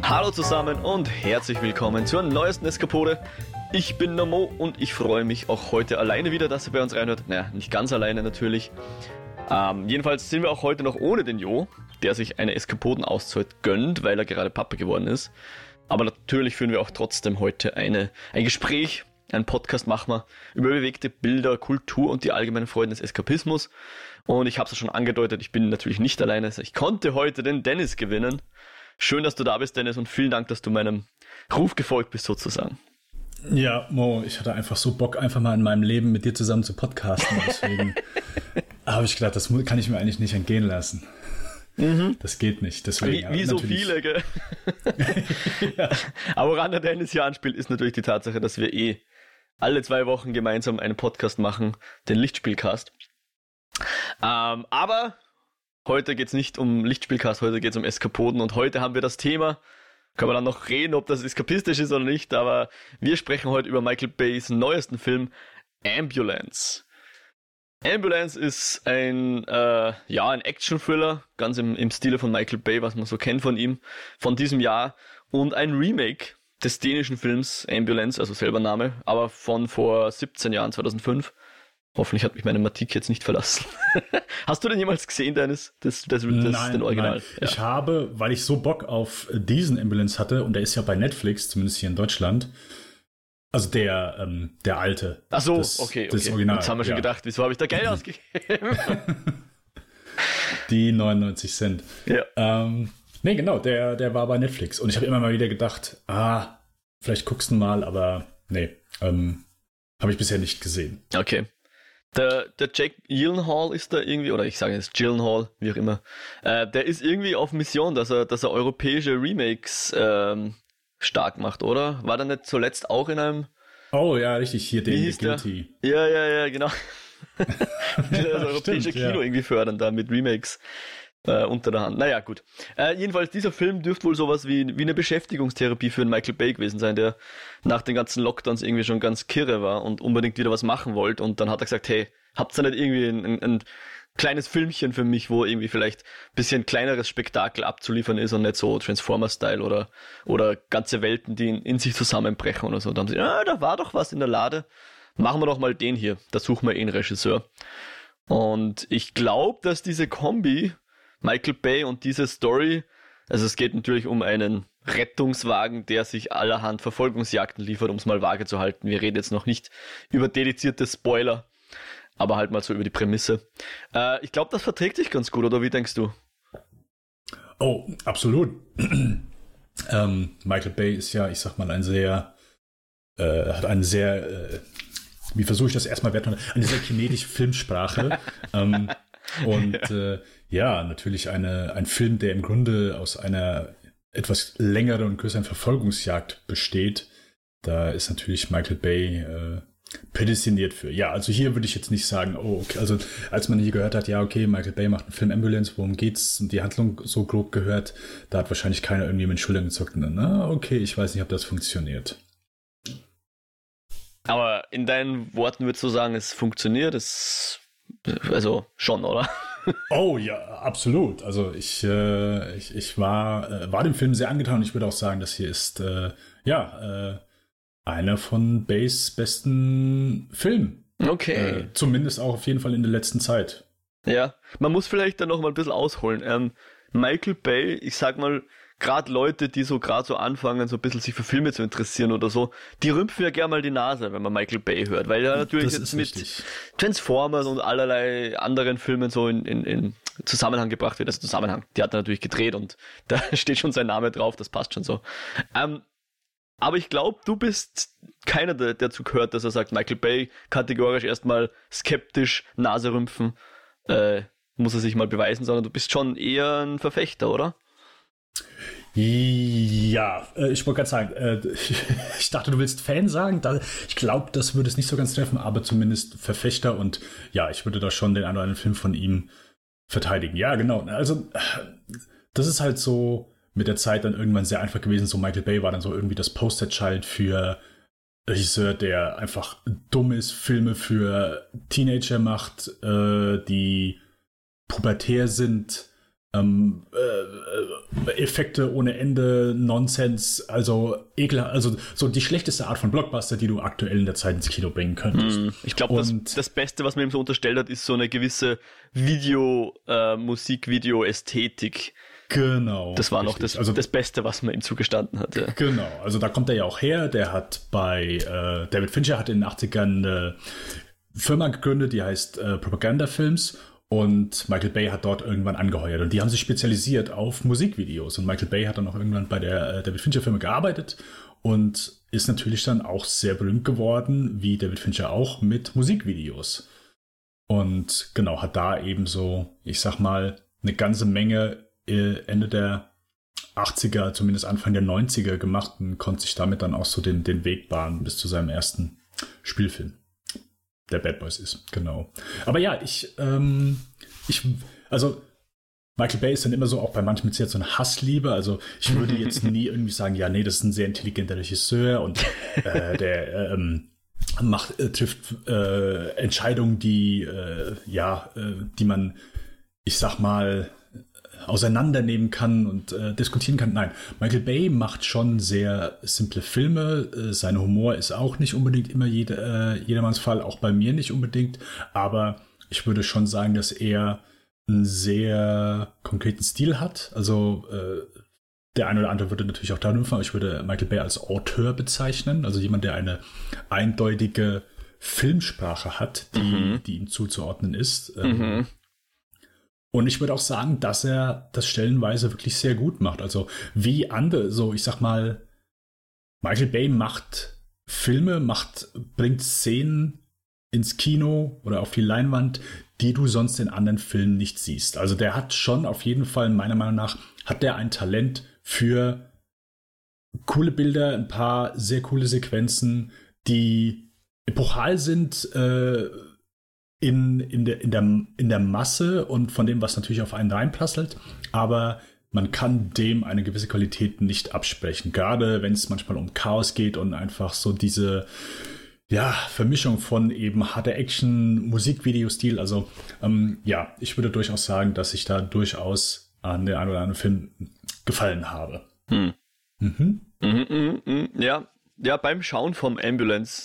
Hallo zusammen und herzlich willkommen zur neuesten Eskapode. Ich bin der Mo und ich freue mich auch heute alleine wieder, dass ihr bei uns reinhört. Naja, nicht ganz alleine natürlich. Jedenfalls sind wir auch heute noch ohne den Jo, der sich eine Eskapodenauszeit gönnt, weil er gerade Papa geworden ist. Aber natürlich führen wir auch trotzdem heute ein Gespräch, einen Podcast machen wir über bewegte Bilder, Kultur und die allgemeinen Freuden des Eskapismus. Und ich habe es ja schon angedeutet, ich bin natürlich nicht alleine. Also ich konnte heute den Dennis gewinnen. Schön, dass du da bist, Dennis, und vielen Dank, dass du meinem Ruf gefolgt bist, sozusagen. Ja, Mo, ich hatte einfach so Bock, einfach mal in meinem Leben mit dir zusammen zu podcasten. Deswegen habe ich gedacht, das kann ich mir eigentlich nicht entgehen lassen. Mhm. Das geht nicht. Deswegen, wie so viele, gell? Ja. Aber woran der Dennis hier anspielt, ist natürlich die Tatsache, dass wir alle 2 Wochen gemeinsam einen Podcast machen, den Lichtspielcast. Aber heute geht es nicht um Lichtspielcast, heute geht es um Eskapoden und heute haben wir das Thema, kann man dann noch reden, ob das eskapistisch ist oder nicht, aber wir sprechen heute über Michael Bays neuesten Film Ambulance. Ambulance ist ein Action-Thriller, ganz im Stile von Michael Bay, was man so kennt von ihm, von diesem Jahr, und ein Remake des dänischen Films Ambulance, also selber Name, aber von vor 17 Jahren, 2005. Hoffentlich hat mich meine Matik jetzt nicht verlassen. Hast du denn jemals gesehen, Dennis? Nein, den Original? Nein. Ja. Ich habe, weil ich so Bock auf diesen Ambulance hatte, und der ist ja bei Netflix, zumindest hier in Deutschland, also der alte. Ach so, das okay. Original. Jetzt haben wir schon gedacht, wieso habe ich da Geld ausgegeben? Die 99 Cent. Ja. Nee, genau, der war bei Netflix. Und ich habe immer mal wieder gedacht, vielleicht guckst du mal, aber nee, habe ich bisher nicht gesehen. Okay. Der Jake Gyllenhaal ist da irgendwie, oder ich sage jetzt Gyllenhaal, wie auch immer, der ist irgendwie auf Mission, dass er europäische Remakes stark macht, oder? War der nicht zuletzt auch in einem... Oh ja, richtig, hier den Guilty. Ja, genau. Das europäische Kino irgendwie fördern da mit Remakes unter der Hand. Naja, gut. Jedenfalls, dieser Film dürfte wohl sowas wie eine Beschäftigungstherapie für einen Michael Bay gewesen sein, der nach den ganzen Lockdowns irgendwie schon ganz kirre war und unbedingt wieder was machen wollte. Und dann hat er gesagt, hey, habt ihr nicht irgendwie ein kleines Filmchen für mich, wo irgendwie vielleicht ein bisschen kleineres Spektakel abzuliefern ist und nicht so Transformer-Style oder ganze Welten, die in sich zusammenbrechen oder so. Und dann haben sie, da war doch was in der Lade. Machen wir doch mal den hier. Da suchen wir einen Regisseur. Und ich glaube, dass diese Kombi Michael Bay und diese Story, also es geht natürlich um einen Rettungswagen, der sich allerhand Verfolgungsjagden liefert, um es mal vage zu halten. Wir reden jetzt noch nicht über dedizierte Spoiler, aber halt mal so über die Prämisse. Ich glaube, das verträgt sich ganz gut, oder wie denkst du? Oh, absolut. Michael Bay ist ja, ich sag mal, hat einen sehr, wie versuche ich das erstmal eine sehr kinetische Filmsprache. Natürlich ein Film, der im Grunde aus einer etwas längeren und größeren Verfolgungsjagd besteht. Da ist natürlich Michael Bay prädestiniert für. Ja, also hier würde ich jetzt nicht sagen, okay, also als man hier gehört hat, ja, okay, Michael Bay macht einen Film Ambulance, worum geht's, und die Handlung so grob gehört, da hat wahrscheinlich keiner irgendwie mit den Schultern gezuckt und dann, okay, ich weiß nicht, ob das funktioniert. Aber in deinen Worten würdest du sagen, es funktioniert, also schon, oder? Oh ja, absolut. Also ich war dem Film sehr angetan und ich würde auch sagen, das hier ist einer von Bays besten Filmen. Okay. Zumindest auch auf jeden Fall in der letzten Zeit. Ja, man muss vielleicht dann noch mal ein bisschen ausholen. Michael Bay, ich sag mal, gerade Leute, die so gerade so anfangen, so ein bisschen sich für Filme zu interessieren oder so, die rümpfen ja gerne mal die Nase, wenn man Michael Bay hört, weil er natürlich jetzt mit Transformers und allerlei anderen Filmen so in Zusammenhang gebracht wird. Also Zusammenhang, die hat er natürlich gedreht und da steht schon sein Name drauf, das passt schon so. Aber ich glaube, du bist keiner, der dazu gehört, dass er sagt, Michael Bay kategorisch erstmal skeptisch, Nase rümpfen, muss er sich mal beweisen, sondern du bist schon eher ein Verfechter, oder? Ja, ich wollte gerade sagen, ich dachte, du willst Fan sagen. Ich glaube, das würde es nicht so ganz treffen, aber zumindest Verfechter, und ja, ich würde da schon den einen oder anderen Film von ihm verteidigen. Ja, genau. Also, das ist halt so mit der Zeit dann irgendwann sehr einfach gewesen. So Michael Bay war dann so irgendwie das Poster-Child für Regisseur, der einfach dumm ist, Filme für Teenager macht, die pubertär sind, Effekte ohne Ende, Nonsens, also ekelhaft, also so die schlechteste Art von Blockbuster, die du aktuell in der Zeit ins Kino bringen könntest. Ich glaube, das Beste, was man ihm so unterstellt hat, ist so eine gewisse Musikvideo-Ästhetik. Genau. Das war richtig. Noch das Beste, was man ihm zugestanden hat. Ja. Genau, also da kommt er ja auch her. Der hat David Fincher hat in den 80ern eine Firma gegründet, die heißt Propaganda Films. Und Michael Bay hat dort irgendwann angeheuert. Und die haben sich spezialisiert auf Musikvideos. Und Michael Bay hat dann auch irgendwann bei der David Fincher-Firma gearbeitet und ist natürlich dann auch sehr berühmt geworden, wie David Fincher auch, mit Musikvideos. Und genau, hat da eben so, ich sag mal, eine ganze Menge Ende der 80er, zumindest Anfang der 90er gemacht und konnte sich damit dann auch so den Weg bahnen bis zu seinem ersten Spielfilm. Der Bad Boys ist, genau. Aber ja, also Michael Bay ist dann immer so, auch bei manchen mit so eine Hassliebe, also ich würde jetzt nie irgendwie sagen, ja, nee, das ist ein sehr intelligenter Regisseur und der trifft Entscheidungen, die man, ich sag mal, auseinandernehmen kann und diskutieren kann. Nein, Michael Bay macht schon sehr simple Filme. Sein Humor ist auch nicht unbedingt immer jedermanns Fall, auch bei mir nicht unbedingt. Aber ich würde schon sagen, dass er einen sehr konkreten Stil hat. Also der eine oder andere würde natürlich auch da nutzen, aber ich würde Michael Bay als Auteur bezeichnen. Also jemand, der eine eindeutige Filmsprache hat, die ihm zuzuordnen ist. Und ich würde auch sagen, dass er das stellenweise wirklich sehr gut macht. Also wie andere, so ich sag mal, Michael Bay macht Filme, bringt Szenen ins Kino oder auf die Leinwand, die du sonst in anderen Filmen nicht siehst. Also der hat schon auf jeden Fall, meiner Meinung nach, hat der ein Talent für coole Bilder, ein paar sehr coole Sequenzen, die epochal sind, in der Masse und von dem, was natürlich auf einen reinprasselt, aber man kann dem eine gewisse Qualität nicht absprechen, gerade wenn es manchmal um Chaos geht und einfach so diese Vermischung von eben harter Action, Musikvideostil, also ich würde durchaus sagen, dass ich da durchaus an den einen oder anderen Film gefallen habe. Ja, beim Schauen vom Ambulance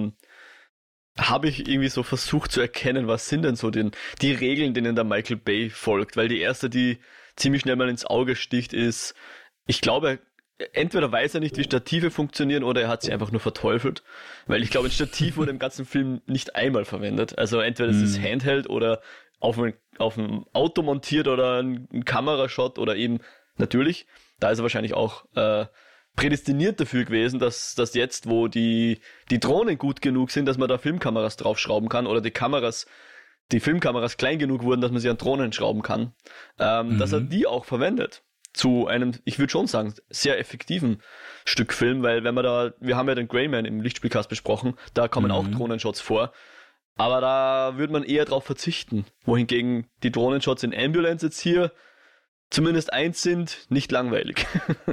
habe ich irgendwie so versucht zu erkennen, was sind denn so die Regeln, denen der Michael Bay folgt, weil die erste, die ziemlich schnell mal ins Auge sticht, ist, ich glaube, entweder weiß er nicht, wie Stative funktionieren, oder er hat sie einfach nur verteufelt, weil ich glaube, ein Stativ wurde im ganzen Film nicht einmal verwendet, also entweder es ist Handheld oder auf einem Auto montiert oder ein Kamerashot oder eben, natürlich, da ist er wahrscheinlich auch prädestiniert dafür gewesen, dass jetzt, wo die Drohnen gut genug sind, dass man da Filmkameras draufschrauben kann oder die Filmkameras klein genug wurden, dass man sie an Drohnen schrauben kann, dass er die auch verwendet zu einem, ich würde schon sagen, sehr effektiven Stück Film, weil wir haben ja den Greyman im Lichtspielcast besprochen, da kommen auch Drohnenshots vor, aber da würde man eher drauf verzichten, wohingegen die Drohnenshots in Ambulance jetzt hier zumindest eins sind, nicht langweilig.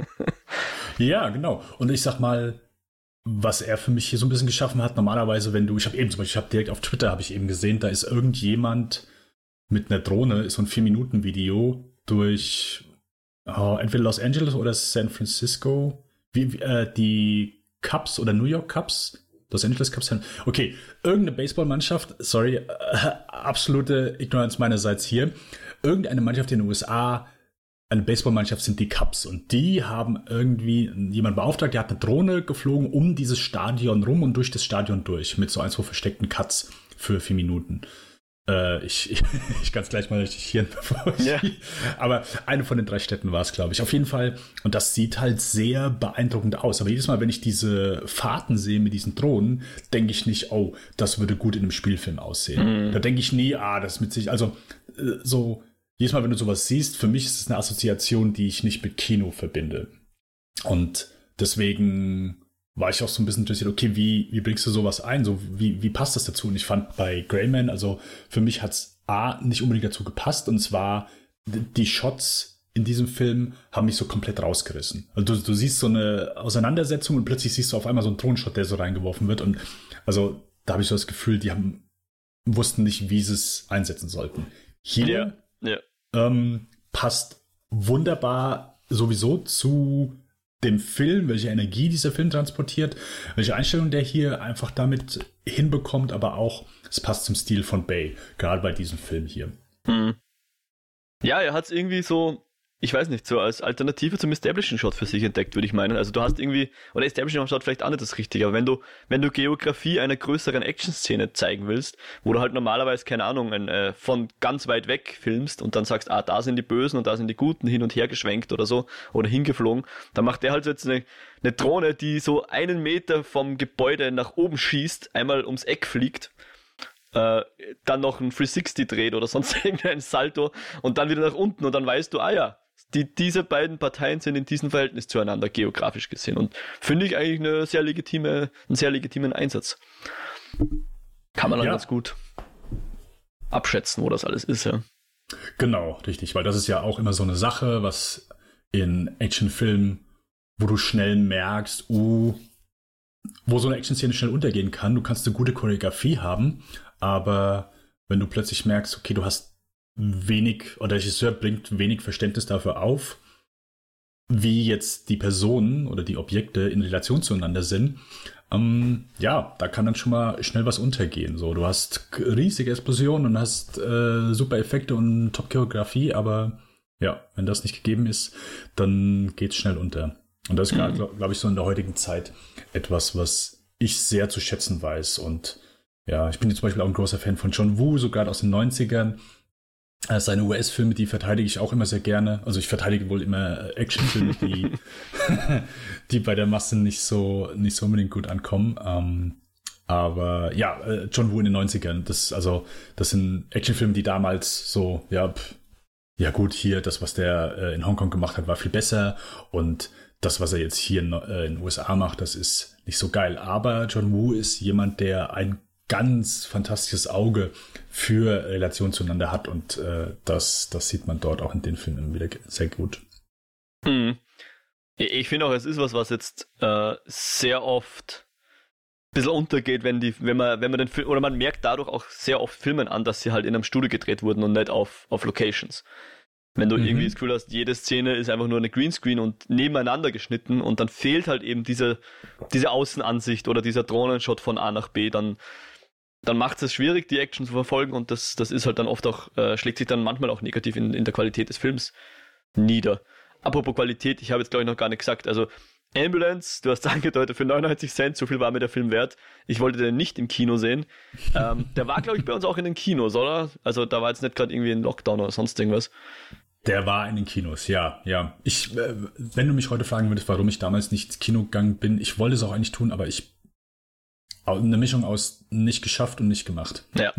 Ja, genau. Und ich sag mal, was er für mich hier so ein bisschen geschaffen hat, normalerweise, ich habe direkt auf Twitter eben gesehen, da ist irgendjemand mit einer Drohne, ist so ein 4-Minuten-Video durch entweder Los Angeles oder San Francisco, die Cubs oder New York Cubs, Los Angeles Cubs, okay, irgendeine Baseballmannschaft, sorry, absolute Ignoranz meinerseits hier, irgendeine Mannschaft in den USA, eine Baseballmannschaft sind die Cubs und die haben irgendwie jemand beauftragt, der hat eine Drohne geflogen um dieses Stadion rum und durch das Stadion durch mit so 2 versteckten Cuts für 4 Minuten. Ich kann es gleich mal recherchieren, aber eine von den 3 Städten war es, glaube ich. Auf jeden Fall, und das sieht halt sehr beeindruckend aus. Aber jedes Mal, wenn ich diese Fahrten sehe mit diesen Drohnen, denke ich nicht, oh, das würde gut in einem Spielfilm aussehen. Da denke ich nie, das mit sich, also so. Jedes Mal, wenn du sowas siehst, für mich ist es eine Assoziation, die ich nicht mit Kino verbinde. Und deswegen war ich auch so ein bisschen interessiert, okay, wie bringst du sowas ein? So, wie passt das dazu? Und ich fand bei Greyman, also für mich hat es nicht unbedingt dazu gepasst. Und zwar, die Shots in diesem Film haben mich so komplett rausgerissen. Also du siehst so eine Auseinandersetzung und plötzlich siehst du auf einmal so einen Drohnenshot, der so reingeworfen wird. Und also da habe ich so das Gefühl, wussten nicht, wie sie es einsetzen sollten. Hier passt wunderbar sowieso zu dem Film, welche Energie dieser Film transportiert, welche Einstellung der hier einfach damit hinbekommt, aber auch, es passt zum Stil von Bay, gerade bei diesem Film hier. Ja, er hat es irgendwie so, ich weiß nicht, so als Alternative zum Establishing Shot für sich entdeckt, würde ich meinen. Also du hast irgendwie, oder Establishing Shot vielleicht auch nicht das Richtige, aber wenn du Geografie einer größeren Action-Szene zeigen willst, wo du halt normalerweise, keine Ahnung, von ganz weit weg filmst und dann sagst, da sind die Bösen und da sind die Guten, hin und her geschwenkt oder so, oder hingeflogen, dann macht der halt so jetzt eine Drohne, die so 1 Meter vom Gebäude nach oben schießt, einmal ums Eck fliegt, dann noch ein 360 dreht oder sonst irgendein Salto und dann wieder nach unten und dann weißt du, diese beiden Parteien sind in diesem Verhältnis zueinander, geografisch gesehen. Und finde ich eigentlich einen sehr legitimen Einsatz. Kann man dann ganz gut abschätzen, wo das alles ist, ja. Genau, richtig, weil das ist ja auch immer so eine Sache, was in Actionfilmen, wo du schnell merkst, wo so eine Action-Szene schnell untergehen kann. Du kannst eine gute Choreografie haben, aber wenn du plötzlich merkst, okay, du hast wenig, oder der Regisseur bringt wenig Verständnis dafür auf, wie jetzt die Personen oder die Objekte in Relation zueinander sind, da kann dann schon mal schnell was untergehen. So, du hast riesige Explosionen und hast super Effekte und Top-Choreografie, aber ja, wenn das nicht gegeben ist, dann geht's schnell unter. Und das ist gerade, glaube ich, so in der heutigen Zeit etwas, was ich sehr zu schätzen weiß. Und ja, ich bin jetzt zum Beispiel auch ein großer Fan von John Woo, so gerade aus den 90ern. Seine US-Filme, die verteidige ich auch immer sehr gerne. Also ich verteidige wohl immer Actionfilme, die bei der Masse nicht so unbedingt gut ankommen. Aber ja, John Woo in den 90ern, das sind Actionfilme, die damals so, ja gut, hier, das, was der in Hongkong gemacht hat, war viel besser. Und das, was er jetzt hier in den USA macht, das ist nicht so geil. Aber John Woo ist jemand, der ein ganz fantastisches Auge für Relationen zueinander hat und das sieht man dort auch in den Filmen wieder sehr gut. Ich finde auch, es ist was jetzt sehr oft ein bisschen untergeht, wenn man den Film, oder man merkt dadurch auch sehr oft Filmen an, dass sie halt in einem Studio gedreht wurden und nicht auf Locations. Wenn du irgendwie das Gefühl hast, jede Szene ist einfach nur eine Greenscreen und nebeneinander geschnitten und dann fehlt halt eben diese Außenansicht oder dieser Drohnenshot von A nach B, dann macht es schwierig, die Action zu verfolgen und das ist halt dann oft auch, schlägt sich dann manchmal auch negativ in der Qualität des Films nieder. Apropos Qualität, ich habe jetzt glaube ich noch gar nicht gesagt, also Ambulance, du hast angedeutet, für 99 Cent, so viel war mir der Film wert. Ich wollte den nicht im Kino sehen. Der war glaube ich bei uns auch in den Kinos, oder? Also da war jetzt nicht gerade irgendwie ein Lockdown oder sonst irgendwas. Der war in den Kinos, ja. Ich, wenn du mich heute fragen würdest, warum ich damals nicht ins Kino gegangen bin, ich wollte es auch eigentlich tun, aber eine Mischung aus nicht geschafft und nicht gemacht. Ja.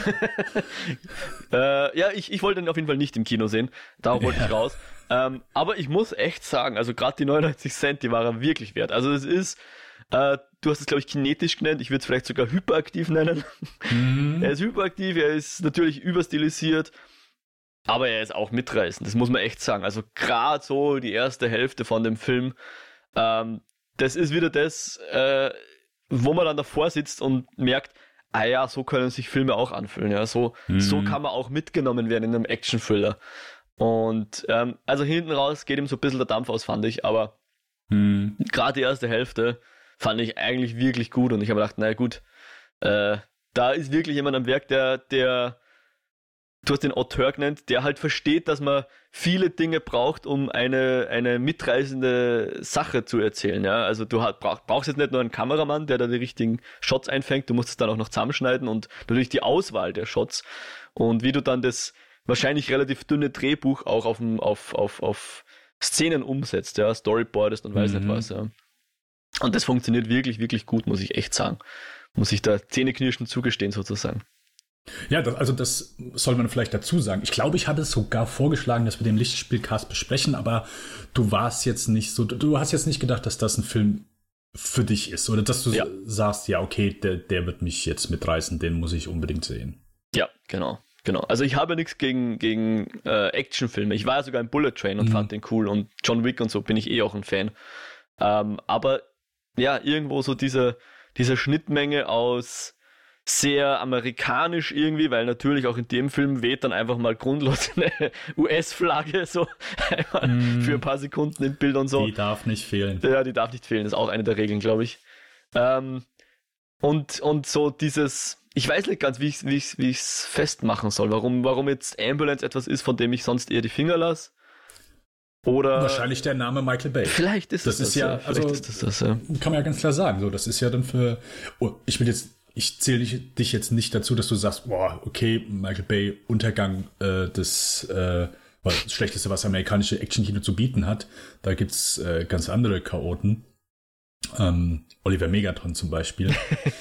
Ich wollte ihn auf jeden Fall nicht im Kino sehen. Darauf wollte ich raus. Aber ich muss echt sagen, also gerade die 99 Cent, die waren wirklich wert. Also es ist, du hast es glaube ich kinetisch genannt, ich würde es vielleicht sogar hyperaktiv nennen. Er ist hyperaktiv, er ist natürlich überstilisiert, aber er ist auch mitreißend, das muss man echt sagen. Also gerade so die erste Hälfte von dem Film, das ist wieder das, wo man dann davor sitzt und merkt, so können sich Filme auch anfühlen. Ja, so kann man auch mitgenommen werden in einem Action-Thriller. Und also hinten raus geht ihm so ein bisschen der Dampf aus, fand ich, aber gerade die erste Hälfte fand ich eigentlich wirklich gut und ich habe gedacht, naja gut, da ist wirklich jemand am Werk, der du hast den Auteur genannt, der halt versteht, dass man viele Dinge braucht, um eine mitreißende Sache zu erzählen. Ja? Also du brauchst jetzt nicht nur einen Kameramann, der da die richtigen Shots einfängt, du musst es dann auch noch zusammenschneiden und natürlich die Auswahl der Shots und wie du dann das wahrscheinlich relativ dünne Drehbuch auch auf Szenen umsetzt, ja, storyboardest und weiß nicht was. Ja. Und das funktioniert wirklich, wirklich gut, muss ich echt sagen. Muss ich da zähneknirschend zugestehen sozusagen. Ja, das soll man vielleicht dazu sagen. Ich glaube, ich hatte sogar vorgeschlagen, dass wir den Lichtspielcast besprechen, aber du hast jetzt nicht gedacht, dass das ein Film für dich ist oder dass du sagst, ja, okay, der wird mich jetzt mitreißen, den muss ich unbedingt sehen. Ja, genau. Also ich habe nichts gegen Actionfilme. Ich war ja sogar im Bullet Train und fand den cool und John Wick und so bin ich auch ein Fan. Aber ja, irgendwo so diese Schnittmenge aus sehr amerikanisch irgendwie, weil natürlich auch in dem Film weht dann einfach mal grundlos eine US-Flagge so einmal für ein paar Sekunden im Bild und so. Die darf nicht fehlen. Ja, die darf nicht fehlen, ist auch eine der Regeln, glaube ich. Und so dieses, ich weiß nicht ganz, wie ich's festmachen soll, warum jetzt Ambulance etwas ist, von dem ich sonst eher die Finger lasse. Oder wahrscheinlich der Name Michael Bay. Vielleicht ist das ja, vielleicht also, ist das ja. Kann man ja ganz klar sagen. So, das ist ja dann ich zähle dich jetzt nicht dazu, dass du sagst, boah, okay, Michael Bay, Untergang das Schlechteste, was amerikanische Actionkino zu bieten hat. Da gibt's ganz andere Chaoten. Oliver Megatron zum Beispiel.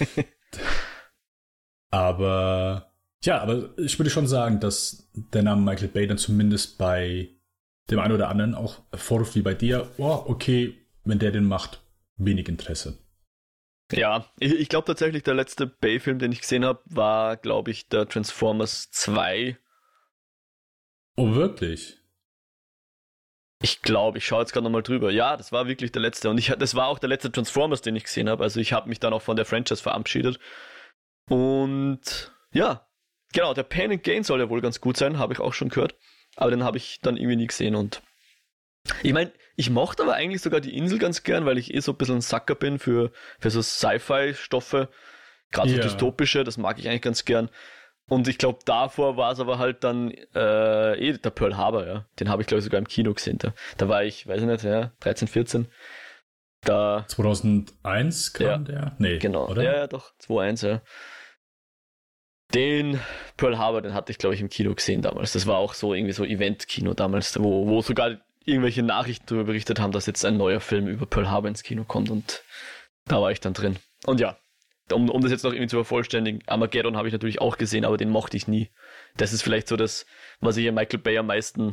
aber ich würde schon sagen, dass der Name Michael Bay dann zumindest bei dem einen oder anderen auch hervorruft, wie bei dir, okay, wenn der den macht, wenig Interesse. Ja, ich glaube tatsächlich, der letzte Bay-Film, den ich gesehen habe, war, glaube ich, der Transformers 2. Oh, wirklich? Ich glaube, ich schaue jetzt gerade nochmal drüber. Ja, das war wirklich der letzte. Und das war auch der letzte Transformers, den ich gesehen habe. Also ich habe mich dann auch von der Franchise verabschiedet. Und ja, genau, der Pain and Gain soll ja wohl ganz gut sein, habe ich auch schon gehört. Aber den habe ich dann irgendwie nie gesehen. Und ich meine, ich mochte aber eigentlich sogar die Insel ganz gern, weil ich so ein bisschen ein Sucker bin für so Sci-Fi-Stoffe. Gerade so dystopische, das mag ich eigentlich ganz gern. Und ich glaube, davor war es aber halt dann der Pearl Harbor, ja. Den habe ich, glaube ich, sogar im Kino gesehen. Da war ich, weiß ich nicht, ja, 13, 14. 2001 kam der? Nee, genau. Oder? Ja, doch, 2001, ja. Den Pearl Harbor, den hatte ich, glaube ich, im Kino gesehen damals. Das war auch so irgendwie so Event-Kino damals, wo sogar irgendwelche Nachrichten darüber berichtet haben, dass jetzt ein neuer Film über Pearl Harbor ins Kino kommt, und da war ich dann drin. Und ja, um das jetzt noch irgendwie zu vervollständigen, Armageddon habe ich natürlich auch gesehen, aber den mochte ich nie. Das ist vielleicht so das, was ich an Michael Bay am meisten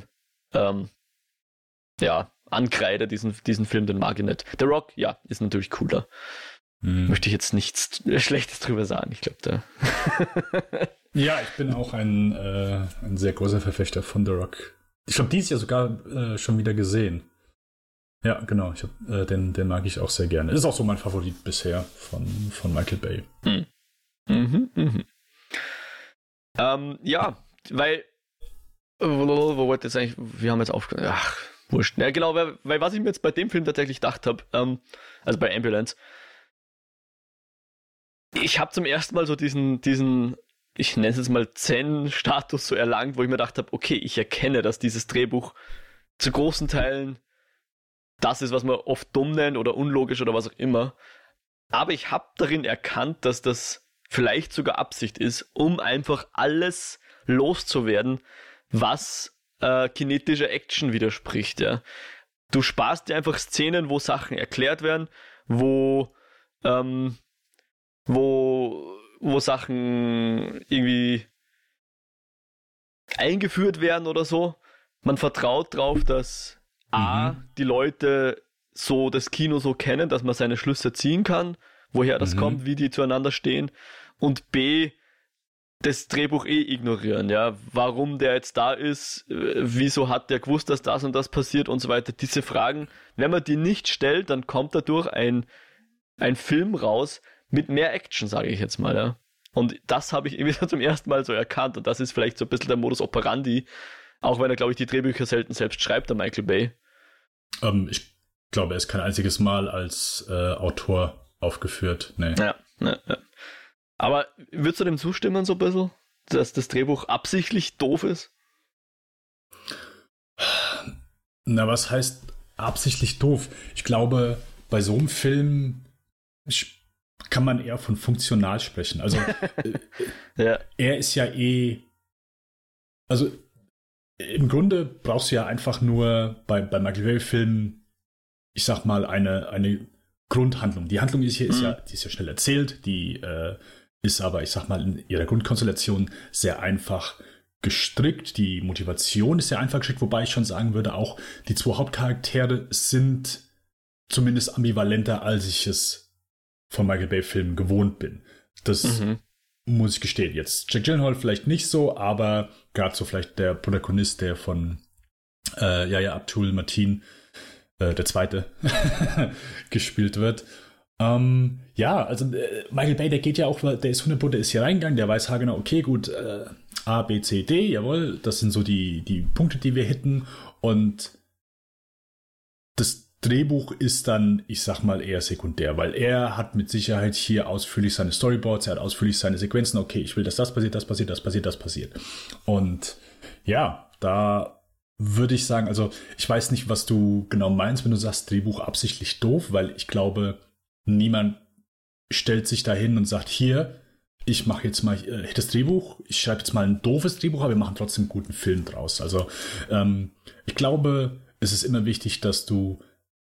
ankreide, diesen Film, den mag ich nicht. The Rock, ja, ist natürlich cooler. Möchte ich jetzt nichts Schlechtes drüber sagen, ich glaube da. Ja, ich bin auch ein sehr großer Verfechter von The Rock. Ich glaube, dieses Jahr sogar schon wieder gesehen. Ja, genau. Den mag ich auch sehr gerne. Ist auch so mein Favorit bisher von Michael Bay. Ja, weil wo wollte jetzt eigentlich, wir haben jetzt aufgehört, ach, wurscht. Ja, genau, weil was ich mir jetzt bei dem Film tatsächlich gedacht habe, also bei Ambulance, ich habe zum ersten Mal so diesen ich nenne es jetzt mal Zen-Status so erlangt, wo ich mir gedacht habe, okay, ich erkenne, dass dieses Drehbuch zu großen Teilen das ist, was man oft dumm nennt oder unlogisch oder was auch immer. Aber ich habe darin erkannt, dass das vielleicht sogar Absicht ist, um einfach alles loszuwerden, was kinetischer Action widerspricht. Ja. Du sparst dir einfach Szenen, wo Sachen erklärt werden, wo Sachen irgendwie eingeführt werden oder so. Man vertraut drauf, dass die Leute so das Kino so kennen, dass man seine Schlüsse ziehen kann, woher das kommt, wie die zueinander stehen, und B, das Drehbuch ignorieren, ja, warum der jetzt da ist, wieso hat der gewusst, dass das und das passiert und so weiter. Diese Fragen, wenn man die nicht stellt, dann kommt dadurch ein Film raus mit mehr Action, sage ich jetzt mal, ja. Und das habe ich irgendwie zum ersten Mal so erkannt, und das ist vielleicht so ein bisschen der Modus operandi, auch wenn er, glaube ich, die Drehbücher selten selbst schreibt, der Michael Bay. Ich glaube, er ist kein einziges Mal als Autor aufgeführt. Nee. Ja. Aber würdest du dem zustimmen so ein bisschen, dass das Drehbuch absichtlich doof ist? Na, was heißt absichtlich doof? Ich glaube, bei so einem Film kann man eher von funktional sprechen. Also er ist ja also im Grunde brauchst du ja einfach nur bei Michael Bay-Filmen, ich sag mal, eine Grundhandlung. Die Handlung ist ja schnell erzählt, die ist aber, ich sag mal, in ihrer Grundkonstellation sehr einfach gestrickt. Die Motivation ist sehr einfach gestrickt, wobei ich schon sagen würde, auch die zwei Hauptcharaktere sind zumindest ambivalenter, als ich es von Michael Bay-Filmen gewohnt bin. Das muss ich gestehen. Jetzt Jake Gyllenhaal vielleicht nicht so, aber gerade so vielleicht der Protagonist, der von Yahya Abdul-Mateen, der Zweite, gespielt wird. Ja, also Michael Bay, der geht ja auch, der ist 100%, der ist hier reingegangen, der weiß genau, okay, gut, A, B, C, D, jawohl, das sind so die Punkte, die wir hitten, und das Drehbuch ist dann, ich sag mal, eher sekundär, weil er hat mit Sicherheit hier ausführlich seine Storyboards, er hat ausführlich seine Sequenzen, okay, ich will, dass das passiert, das passiert, das passiert, das passiert. Und ja, da würde ich sagen, also ich weiß nicht, was du genau meinst, wenn du sagst, Drehbuch absichtlich doof, weil ich glaube, niemand stellt sich da hin und sagt, hier, ich mache jetzt mal das Drehbuch, ich schreibe jetzt mal ein doofes Drehbuch, aber wir machen trotzdem einen guten Film draus. Also ich glaube, es ist immer wichtig, dass du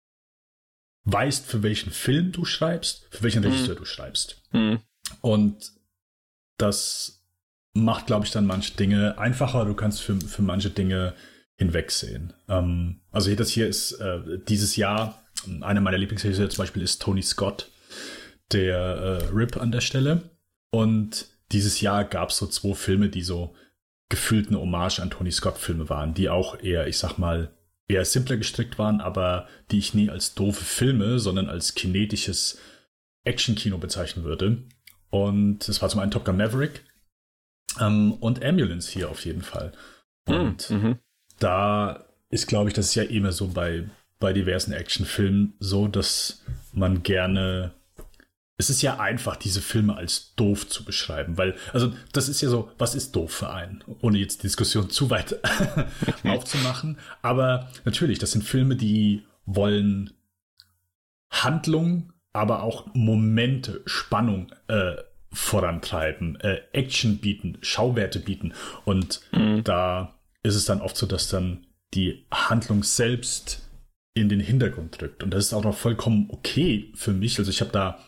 weißt, für welchen Film du schreibst, für welchen Regisseur du schreibst. Und das macht, glaube ich, dann manche Dinge einfacher. Du kannst für manche Dinge hinwegsehen. Also das hier ist dieses Jahr, einer meiner Lieblingsregisseure zum Beispiel ist Tony Scott, der Rip an der Stelle. Und dieses Jahr gab es so 2 Filme, die so gefühlt eine Hommage an Tony Scott-Filme waren, die auch eher, ich sag mal, eher simpler gestrickt waren, aber die ich nie als doofe Filme, sondern als kinetisches Action-Kino bezeichnen würde. Und es war zum einen Top Gun Maverick und Ambulance hier auf jeden Fall. Und da ist, glaube ich, das ist ja immer so bei diversen Actionfilmen so, dass man gerne... Es ist ja einfach, diese Filme als doof zu beschreiben, weil, also das ist ja so, was ist doof für einen? Ohne jetzt die Diskussion zu weit aufzumachen. Aber natürlich, das sind Filme, die wollen Handlung, aber auch Momente, Spannung vorantreiben, Action bieten, Schauwerte bieten. Und da ist es dann oft so, dass dann die Handlung selbst in den Hintergrund drückt. Und das ist auch noch vollkommen okay für mich. Also ich habe da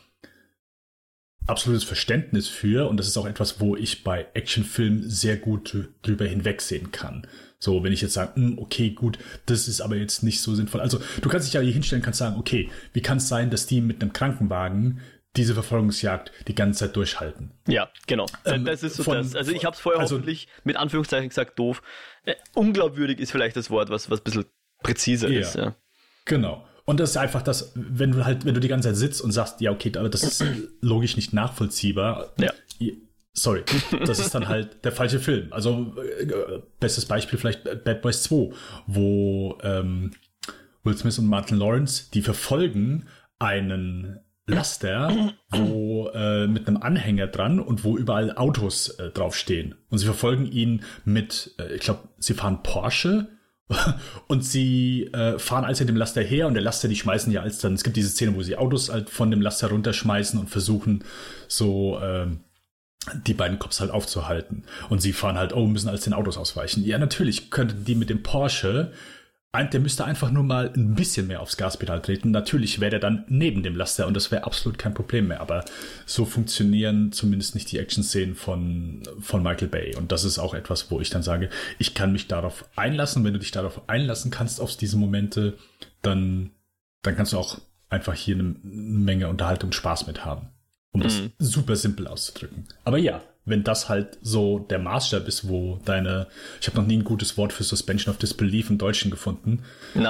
absolutes Verständnis für, und das ist auch etwas, wo ich bei Actionfilmen sehr gut drüber hinwegsehen kann. So, wenn ich jetzt sage, okay, gut, das ist aber jetzt nicht so sinnvoll. Also, du kannst dich ja hier hinstellen, kannst sagen, okay, wie kann es sein, dass die mit einem Krankenwagen diese Verfolgungsjagd die ganze Zeit durchhalten? Ja, genau. Das ist so das. Also, ich habe es vorher hoffentlich mit Anführungszeichen gesagt, doof. Unglaubwürdig ist vielleicht das Wort, was ein bisschen präziser ist. Ja. Genau. Und das ist einfach das, wenn du die ganze Zeit sitzt und sagst, ja, okay, aber das ist logisch nicht nachvollziehbar. Ja. Sorry, das ist dann halt der falsche Film. Also, bestes Beispiel vielleicht Bad Boys 2, wo Will Smith und Martin Lawrence, die verfolgen einen Laster, wo mit einem Anhänger dran und wo überall Autos draufstehen. Und sie verfolgen ihn mit, ich glaube, sie fahren Porsche. Und sie fahren also dem Laster her, und der Laster, die schmeißen ja als dann, es gibt diese Szene, wo sie Autos halt von dem Laster runterschmeißen und versuchen so die beiden Cops halt aufzuhalten. Und sie fahren halt, müssen als den Autos ausweichen. Ja, natürlich könnten die mit dem Porsche, der müsste einfach nur mal ein bisschen mehr aufs Gaspedal treten. Natürlich wäre der dann neben dem Laster, und das wäre absolut kein Problem mehr. Aber so funktionieren zumindest nicht die Action-Szenen von Michael Bay. Und das ist auch etwas, wo ich dann sage, ich kann mich darauf einlassen. Wenn du dich darauf einlassen kannst, auf diese Momente, dann kannst du auch einfach hier eine Menge Unterhaltung und Spaß mit haben. Um das super simpel auszudrücken. Aber ja, wenn das halt so der Maßstab ist, wo ich habe noch nie ein gutes Wort für Suspension of Disbelief im Deutschen gefunden.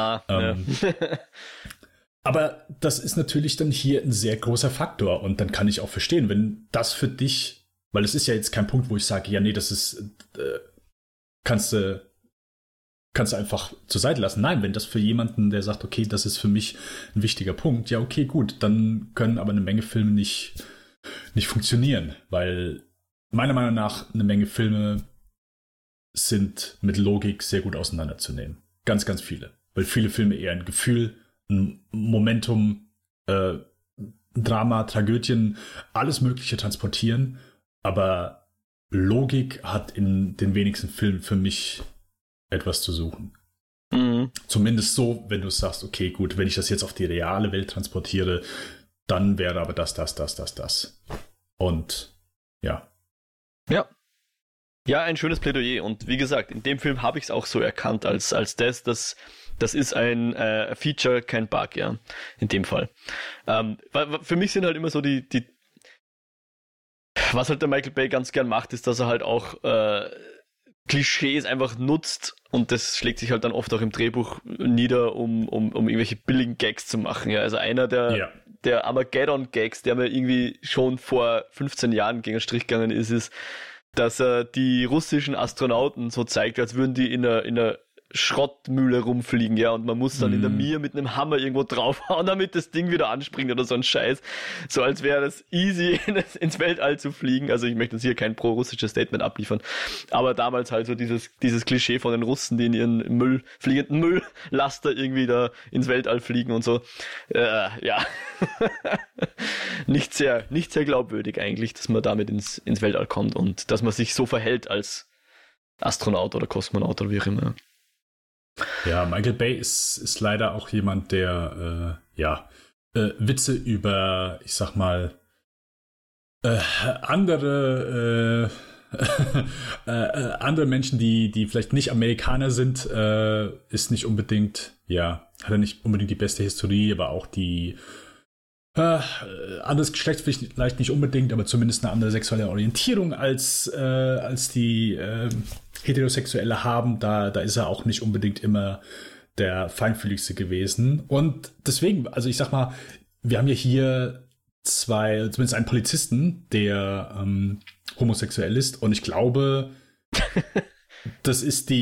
Aber das ist natürlich dann hier ein sehr großer Faktor, und dann kann ich auch verstehen, wenn das für dich, weil es ist ja jetzt kein Punkt, wo ich sage, ja, nee, das ist, kannst du einfach zur Seite lassen. Nein, wenn das für jemanden, der sagt, okay, das ist für mich ein wichtiger Punkt, ja, okay, gut, dann können aber eine Menge Filme nicht funktionieren, weil meiner Meinung nach eine Menge Filme sind mit Logik sehr gut auseinanderzunehmen. Ganz, ganz viele. Weil viele Filme eher ein Gefühl, ein Momentum, Drama, Tragödien, alles Mögliche transportieren. Aber Logik hat in den wenigsten Filmen für mich etwas zu suchen. Zumindest so, wenn du sagst, okay, gut, wenn ich das jetzt auf die reale Welt transportiere, dann wäre aber das. Und ja. Ja, ein schönes Plädoyer. Und wie gesagt, in dem Film habe ich es auch so erkannt, als das ist ein Feature, kein Bug, ja, in dem Fall. Für mich sind halt immer so die was halt der Michael Bay ganz gern macht, ist, dass er halt auch Klischees einfach nutzt, und das schlägt sich halt dann oft auch im Drehbuch nieder, um irgendwelche billigen Gags zu machen. Ja, also einer der der Armageddon-Gags, der mir irgendwie schon vor 15 Jahren gegen den Strich gegangen ist, dass er die russischen Astronauten so zeigt, als würden die in einer Schrottmühle rumfliegen, ja, und man muss dann in der Mir mit einem Hammer irgendwo draufhauen, damit das Ding wieder anspringt oder so ein Scheiß. So als wäre das easy, ins Weltall zu fliegen. Also ich möchte jetzt hier kein pro-russisches Statement abliefern, aber damals halt so dieses Klischee von den Russen, die in ihren fliegenden Mülllaster irgendwie da ins Weltall fliegen und so. Ja. Nicht sehr glaubwürdig eigentlich, dass man damit ins Weltall kommt und dass man sich so verhält als Astronaut oder Kosmonaut oder wie auch immer. Ja, Michael Bay ist leider auch jemand, der Witze über, ich sag mal, andere Menschen, die vielleicht nicht Amerikaner sind, ist nicht unbedingt, hat er nicht unbedingt die beste Historie, aber auch die anderes Geschlecht vielleicht nicht unbedingt, aber zumindest eine andere sexuelle Orientierung als die Heterosexuelle haben. Da ist er auch nicht unbedingt immer der feinfühligste gewesen. Und deswegen, also ich sag mal, wir haben ja hier zumindest einen Polizisten, der homosexuell ist. Und ich glaube, das ist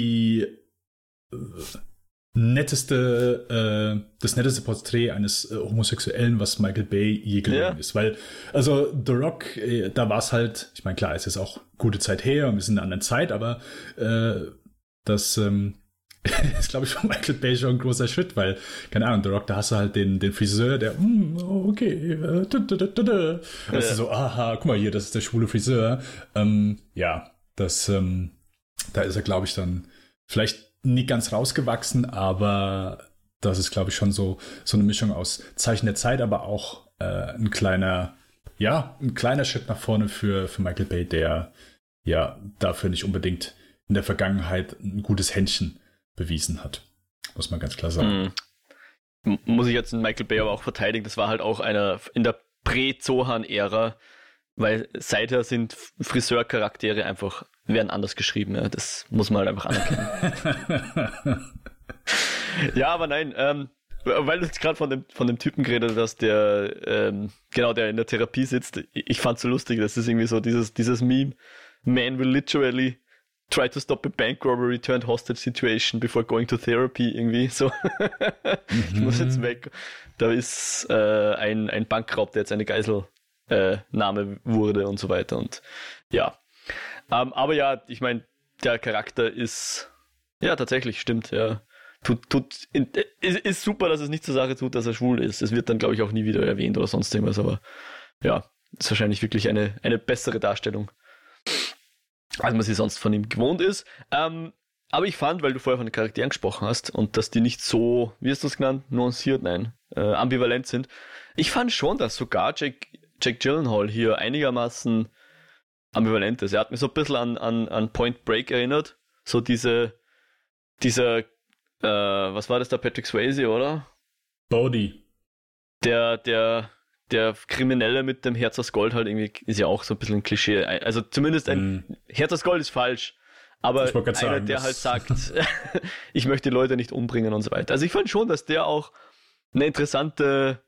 das netteste Porträt eines Homosexuellen, was Michael Bay je gelungen ist. Weil, also The Rock, da war es halt, ich meine, klar, es ist auch gute Zeit her und wir sind in einer anderen Zeit, aber das ist, glaube ich, von Michael Bay schon ein großer Schritt, weil, keine Ahnung, The Rock, da hast du halt den Friseur, der, okay, weißt du, so, aha, guck mal hier, das ist der schwule Friseur. Da ist er, glaube ich, dann vielleicht nicht ganz rausgewachsen, aber das ist, glaube ich, schon so eine Mischung aus Zeichen der Zeit, aber auch ein kleiner Schritt nach vorne für Michael Bay, der dafür nicht unbedingt in der Vergangenheit ein gutes Händchen bewiesen hat. Muss man ganz klar sagen. Muss ich jetzt Michael Bay aber auch verteidigen, das war halt auch einer in der Prä-Zohan-Ära, weil seither sind Friseurcharaktere werden anders geschrieben. Ja. Das muss man halt einfach anerkennen. Ja, aber nein, weil du jetzt gerade von dem Typen geredet hast, der in der Therapie sitzt. Ich fand's so lustig, das ist irgendwie so dieses Meme. Man will literally try to stop a bank robbery turned hostage situation before going to therapy, irgendwie so. Ich muss jetzt weg. Da ist ein Bankraub, der jetzt eine Geiselnahme wurde und so weiter und ja. Aber ja, ich meine, der Charakter ist, ja, tatsächlich, stimmt, ja. Ist super, dass es nicht zur Sache tut, dass er schwul ist. Es wird dann, glaube ich, auch nie wieder erwähnt oder sonst irgendwas, aber ja, ist wahrscheinlich wirklich eine bessere Darstellung, als man sie sonst von ihm gewohnt ist. Aber ich fand, weil du vorher von den Charakteren gesprochen hast und dass die nicht so, wie hast du es genannt, nuanciert, ambivalent sind. Ich fand schon, dass sogar Jake Gyllenhaal hier einigermaßen ambivalent ist. Er hat mich so ein bisschen an Point Break erinnert. So dieser, was war das da, Patrick Swayze, oder? Bodhi. Der Kriminelle mit dem Herz aus Gold halt irgendwie ist ja auch so ein bisschen ein Klischee. Also zumindest ein Herz aus Gold ist falsch, aber einer, der halt sagt, ich möchte die Leute nicht umbringen und so weiter. Also ich fand schon, dass der auch eine interessante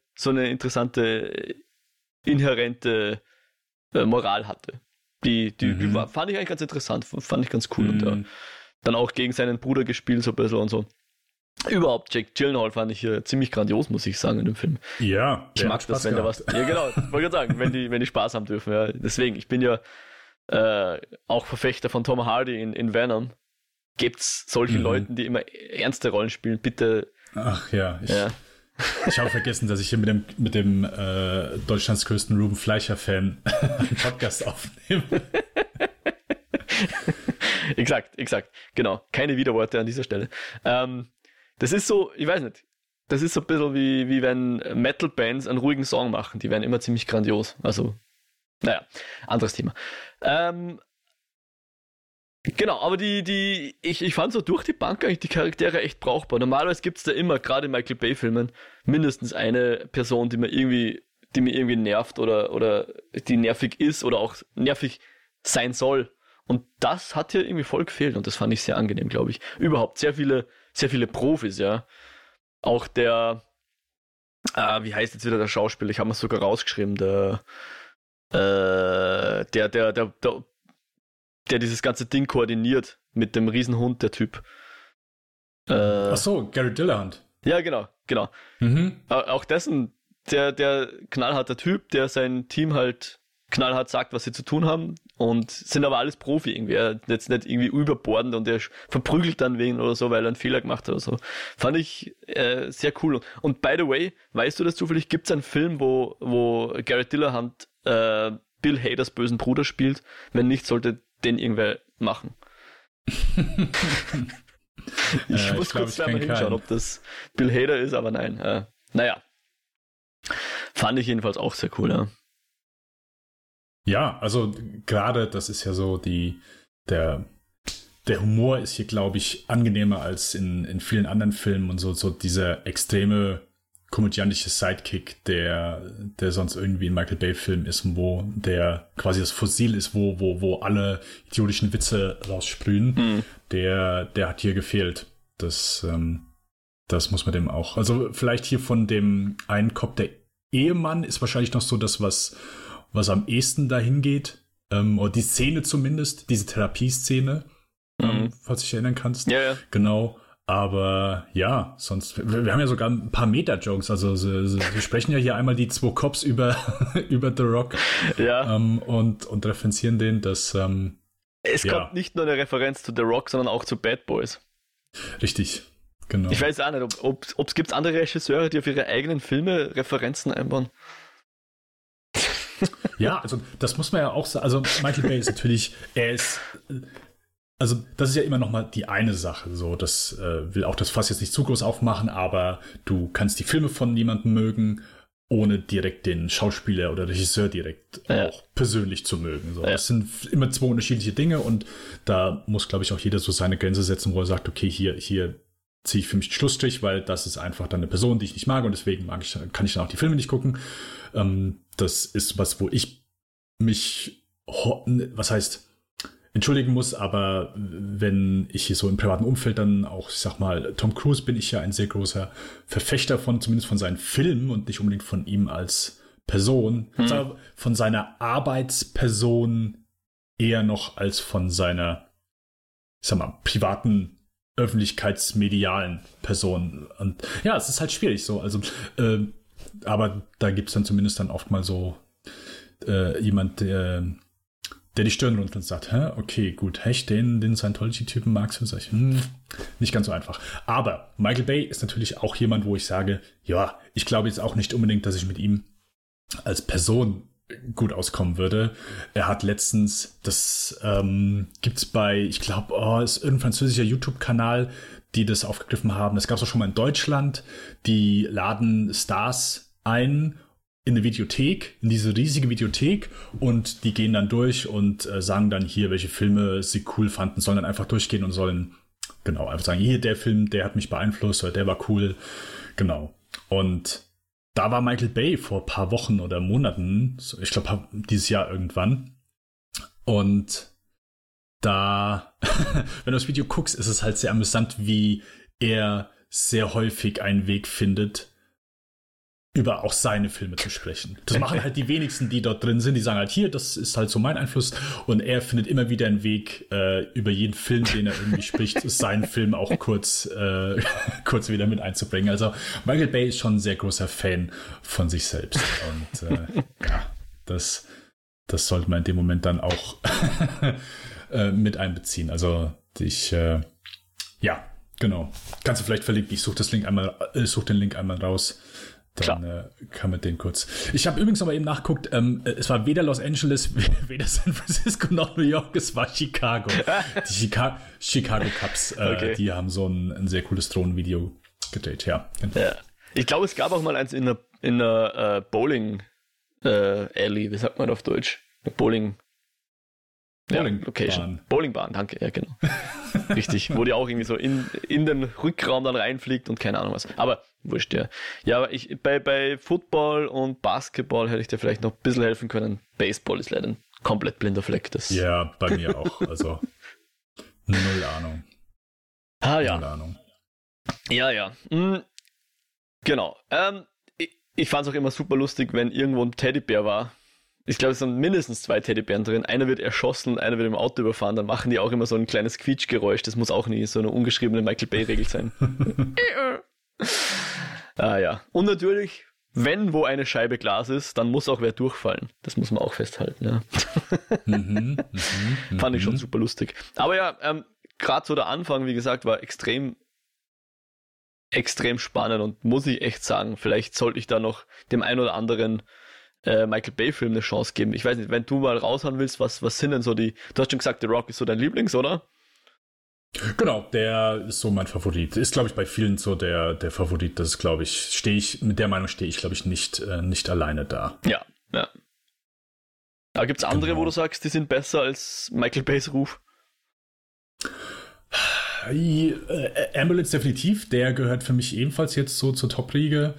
inhärente Moral hatte. Die fand ich eigentlich ganz interessant, fand ich ganz cool. Und dann auch gegen seinen Bruder gespielt so ein bisschen und so. Überhaupt, Jake Gyllenhaal fand ich hier ziemlich grandios, muss ich sagen, in dem Film. Ja, ich mag das, wenn da was... Ja, genau, wollte gerade sagen, wenn die Spaß haben dürfen. Ja. Deswegen, ich bin ja auch Verfechter von Tom Hardy in Venom. Gibt's solche Leuten, die immer ernste Rollen spielen, bitte... Ach ja, ich habe vergessen, dass ich hier mit dem Deutschlands größten Ruben Fleischer-Fan einen Podcast aufnehme. Exakt, genau. Keine Widerworte an dieser Stelle. Das ist so, ich weiß nicht, das ist so ein bisschen wie wenn Metal-Bands einen ruhigen Song machen. Die werden immer ziemlich grandios. Also, naja, anderes Thema. Genau, aber ich fand so durch die Bank eigentlich die Charaktere echt brauchbar. Normalerweise gibt es da immer, gerade in Michael Bay-Filmen, mindestens eine Person, die mir irgendwie nervt oder die nervig ist oder auch nervig sein soll. Und das hat hier irgendwie voll gefehlt und das fand ich sehr angenehm, glaube ich. Überhaupt sehr viele Profis, ja. Auch der Wie heißt jetzt wieder der Schauspieler? Ich habe mir sogar rausgeschrieben, der dieses ganze Ding koordiniert mit dem Riesenhund, der Typ. Ach so, Gary Dillahunt. Ja, genau. Mhm. Auch dessen, der knallharte Typ, der sein Team halt knallhart sagt, was sie zu tun haben, und sind aber alles Profi irgendwie. Er jetzt nicht irgendwie überbordend und er verprügelt dann wen oder so, weil er einen Fehler gemacht hat oder so. Fand ich sehr cool. Und by the way, weißt du das zufällig, gibt es einen Film, wo Garrett Dillahunt Bill Haders bösen Bruder spielt? Wenn nicht, sollte den irgendwer machen. Ich muss kurz mal hinschauen, ob das Bill Hader ist, aber nein. Naja. Fand ich jedenfalls auch sehr cool, ja. Ja, also gerade das ist ja so der Humor ist hier, glaube ich, angenehmer als in vielen anderen Filmen und so dieser extreme komödiantische Sidekick, der sonst irgendwie in Michael Bay-Filmen ist und wo der quasi das Fossil ist, wo alle idiotischen Witze raussprühen, der hat hier gefehlt. Das muss man dem auch. Also vielleicht hier von dem einen Cop, der Ehemann ist wahrscheinlich noch so das, was am ehesten dahin geht. Oder die Szene zumindest, diese Therapieszene, falls du dich erinnern kannst. Ja. Genau. Aber ja, sonst, wir haben ja sogar ein paar Meta-Jokes, also wir sprechen ja hier einmal die 2 Cops über The Rock, ja. Und referenzieren den, dass es kommt nicht nur eine Referenz zu The Rock, sondern auch zu Bad Boys. Richtig, genau. Ich weiß auch nicht, ob es andere Regisseure, die auf ihre eigenen Filme Referenzen einbauen. Ja, also das muss man ja auch sagen, also Michael Bay ist natürlich, also das ist ja immer noch mal die eine Sache, so das will auch das Fass jetzt nicht zu groß aufmachen, aber du kannst die Filme von jemandem mögen, ohne direkt den Schauspieler oder Regisseur direkt auch persönlich zu mögen. So. Ja. Das sind immer 2 unterschiedliche Dinge und da muss, glaube ich, auch jeder so seine Grenze setzen, wo er sagt, okay, hier ziehe ich für mich den Schlussstrich, weil das ist einfach dann eine Person, die ich nicht mag und deswegen kann ich dann auch die Filme nicht gucken. Das ist was, wo ich mich, entschuldigen muss, aber wenn ich hier so im privaten Umfeld dann auch, ich sag mal, Tom Cruise bin ich ja ein sehr großer Verfechter von, zumindest von seinen Filmen und nicht unbedingt von ihm als Person, von seiner Arbeitsperson eher noch als von seiner, ich sag mal, privaten, öffentlichkeitsmedialen Person. Und ja, es ist halt schwierig so, also, aber da gibt's dann zumindest dann oft mal so jemand, der die Stirn runter und sagt, okay, gut, den Scientology-Typen magst du, sag ich, nicht ganz so einfach. Aber Michael Bay ist natürlich auch jemand, wo ich sage, ja, ich glaube jetzt auch nicht unbedingt, dass ich mit ihm als Person gut auskommen würde. Er hat letztens, das gibt's bei, ich glaube, ist irgendein französischer YouTube-Kanal, die das aufgegriffen haben. Das gab's auch schon mal in Deutschland. Die laden Stars ein in eine Videothek, in diese riesige Videothek und die gehen dann durch und sagen dann hier, welche Filme sie cool fanden, sollen dann einfach durchgehen und sollen genau einfach sagen, hier der Film, der hat mich beeinflusst oder der war cool, genau. Und da war Michael Bay vor ein paar Wochen oder Monaten, ich glaube dieses Jahr irgendwann, und da, wenn du das Video guckst, ist es halt sehr amüsant, wie er sehr häufig einen Weg findet, über auch seine Filme zu sprechen. Das machen halt die wenigsten, die dort drin sind. Die sagen halt, hier, das ist halt so mein Einfluss. Und er findet immer wieder einen Weg, über jeden Film, den er irgendwie spricht, seinen Film auch kurz wieder mit einzubringen. Also Michael Bay ist schon ein sehr großer Fan von sich selbst. Und ja, das sollte man in dem Moment dann auch mit einbeziehen. Also ja, genau. Kannst du vielleicht verlinken. Ich suche den Link einmal raus. Dann kann man den kurz. Ich habe übrigens aber eben nachgeguckt, es war weder Los Angeles, weder San Francisco noch New York, es war Chicago. Die Chicago Cubs, okay. Die haben so ein sehr cooles Drohnenvideo gedreht, ja. Ja. Ich glaube, es gab auch mal eins in einer Bowling Alley, wie sagt man auf Deutsch? Location. Bowlingbahn, danke, ja genau. Richtig, wo die auch irgendwie so in den Rückraum dann reinfliegt und keine Ahnung was. Aber wurscht, ja. Ja, aber bei Football und Basketball hätte ich dir vielleicht noch ein bisschen helfen können. Baseball ist leider ein komplett blinder Fleck. Ja, bei mir auch. Also null Ahnung. Ja. Null Ahnung. Ja. Genau. ich fand es auch immer super lustig, wenn irgendwo ein Teddybär war. Ich glaube, es sind mindestens 2 Teddybären drin. Einer wird erschossen, einer wird im Auto überfahren. Dann machen die auch immer so ein kleines Quietschgeräusch. Das muss auch nie so eine ungeschriebene Michael Bay-Regel sein. Ja. Und natürlich, wenn wo eine Scheibe Glas ist, dann muss auch wer durchfallen. Das muss man auch festhalten. Ja. Fand ich schon super lustig. Aber ja, gerade so der Anfang, wie gesagt, war extrem spannend und muss ich echt sagen, vielleicht sollte ich da noch dem einen oder anderen Michael Bay-Film eine Chance geben. Ich weiß nicht, wenn du mal raushauen willst, was sind denn so du hast schon gesagt, The Rock ist so dein Lieblings, oder? Genau, der ist so mein Favorit. Ist, glaube ich, bei vielen so der Favorit. Das ist, glaube ich, mit der Meinung stehe ich, glaube ich, nicht alleine da. Ja. Aber gibt es andere, wo du sagst, die sind besser als Michael Bays Ruf? Ambulance definitiv, der gehört für mich ebenfalls jetzt so zur Top-Riege.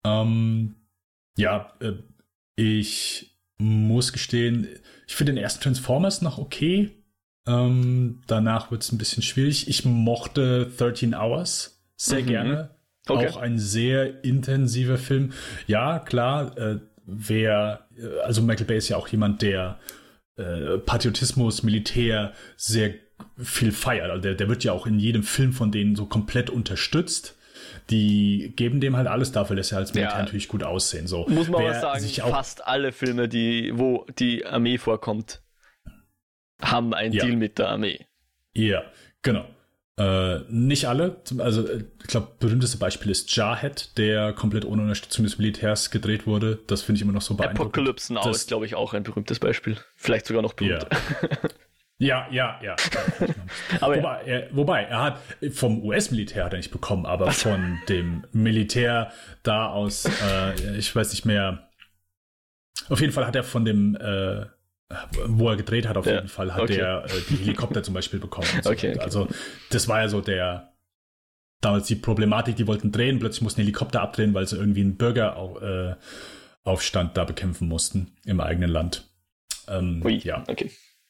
Ich muss gestehen, ich finde den ersten Transformers noch okay. Danach wird es ein bisschen schwierig. Ich mochte 13 Hours sehr gerne. Okay. Auch ein sehr intensiver Film. Ja, klar, also Michael Bay ist ja auch jemand, der Patriotismus, Militär sehr viel feiert. Also der wird ja auch in jedem Film von denen so komplett unterstützt. Die geben dem halt alles dafür, dass er als Militär natürlich gut aussehen. So. Muss man aber sagen, fast alle Filme, wo die Armee vorkommt, haben einen Deal mit der Armee. Ja, genau. Nicht alle. Also ich glaube, berühmteste Beispiel ist Jarhead, der komplett ohne Unterstützung des Militärs gedreht wurde. Das finde ich immer noch so beeindruckend. Apocalypse Now ist, glaube ich, auch ein berühmtes Beispiel. Vielleicht sogar noch berühmter. Ja. Aber wobei, er hat vom US-Militär hat er nicht bekommen, aber von dem Militär da aus, ich weiß nicht mehr. Auf jeden Fall hat er von dem, wo er gedreht hat, jeden Fall hat er die Helikopter zum Beispiel bekommen. So. Okay. Also das war ja so damals die Problematik, die wollten drehen, plötzlich mussten Helikopter abdrehen, weil sie irgendwie einen Bürgeraufstand da bekämpfen mussten im eigenen Land. Ja. Okay.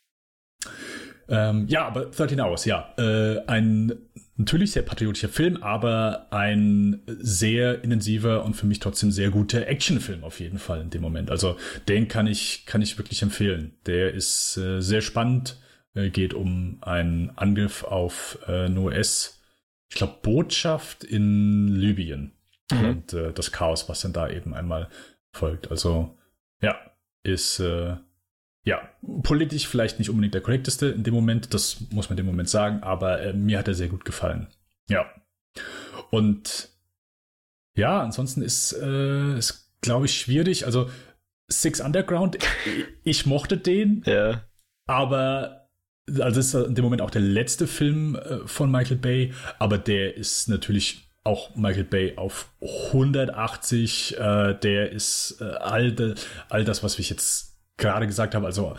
Aber 13 Hours, ein natürlich sehr patriotischer Film, aber ein sehr intensiver und für mich trotzdem sehr guter Actionfilm auf jeden Fall in dem Moment. Also den kann ich wirklich empfehlen. Der ist sehr spannend, geht um einen Angriff auf eine US, ich glaube, Botschaft in Libyen und das Chaos, was dann da eben einmal folgt. Also ist politisch vielleicht nicht unbedingt der korrekteste in dem Moment, das muss man in dem Moment sagen, aber mir hat er sehr gut gefallen. Ja. Und ansonsten ist glaube ich, schwierig. Also Six Underground, ich mochte den, aber also das ist in dem Moment auch der letzte Film von Michael Bay, aber der ist natürlich auch Michael Bay auf 180, der ist all das, was ich jetzt gerade gesagt habe, also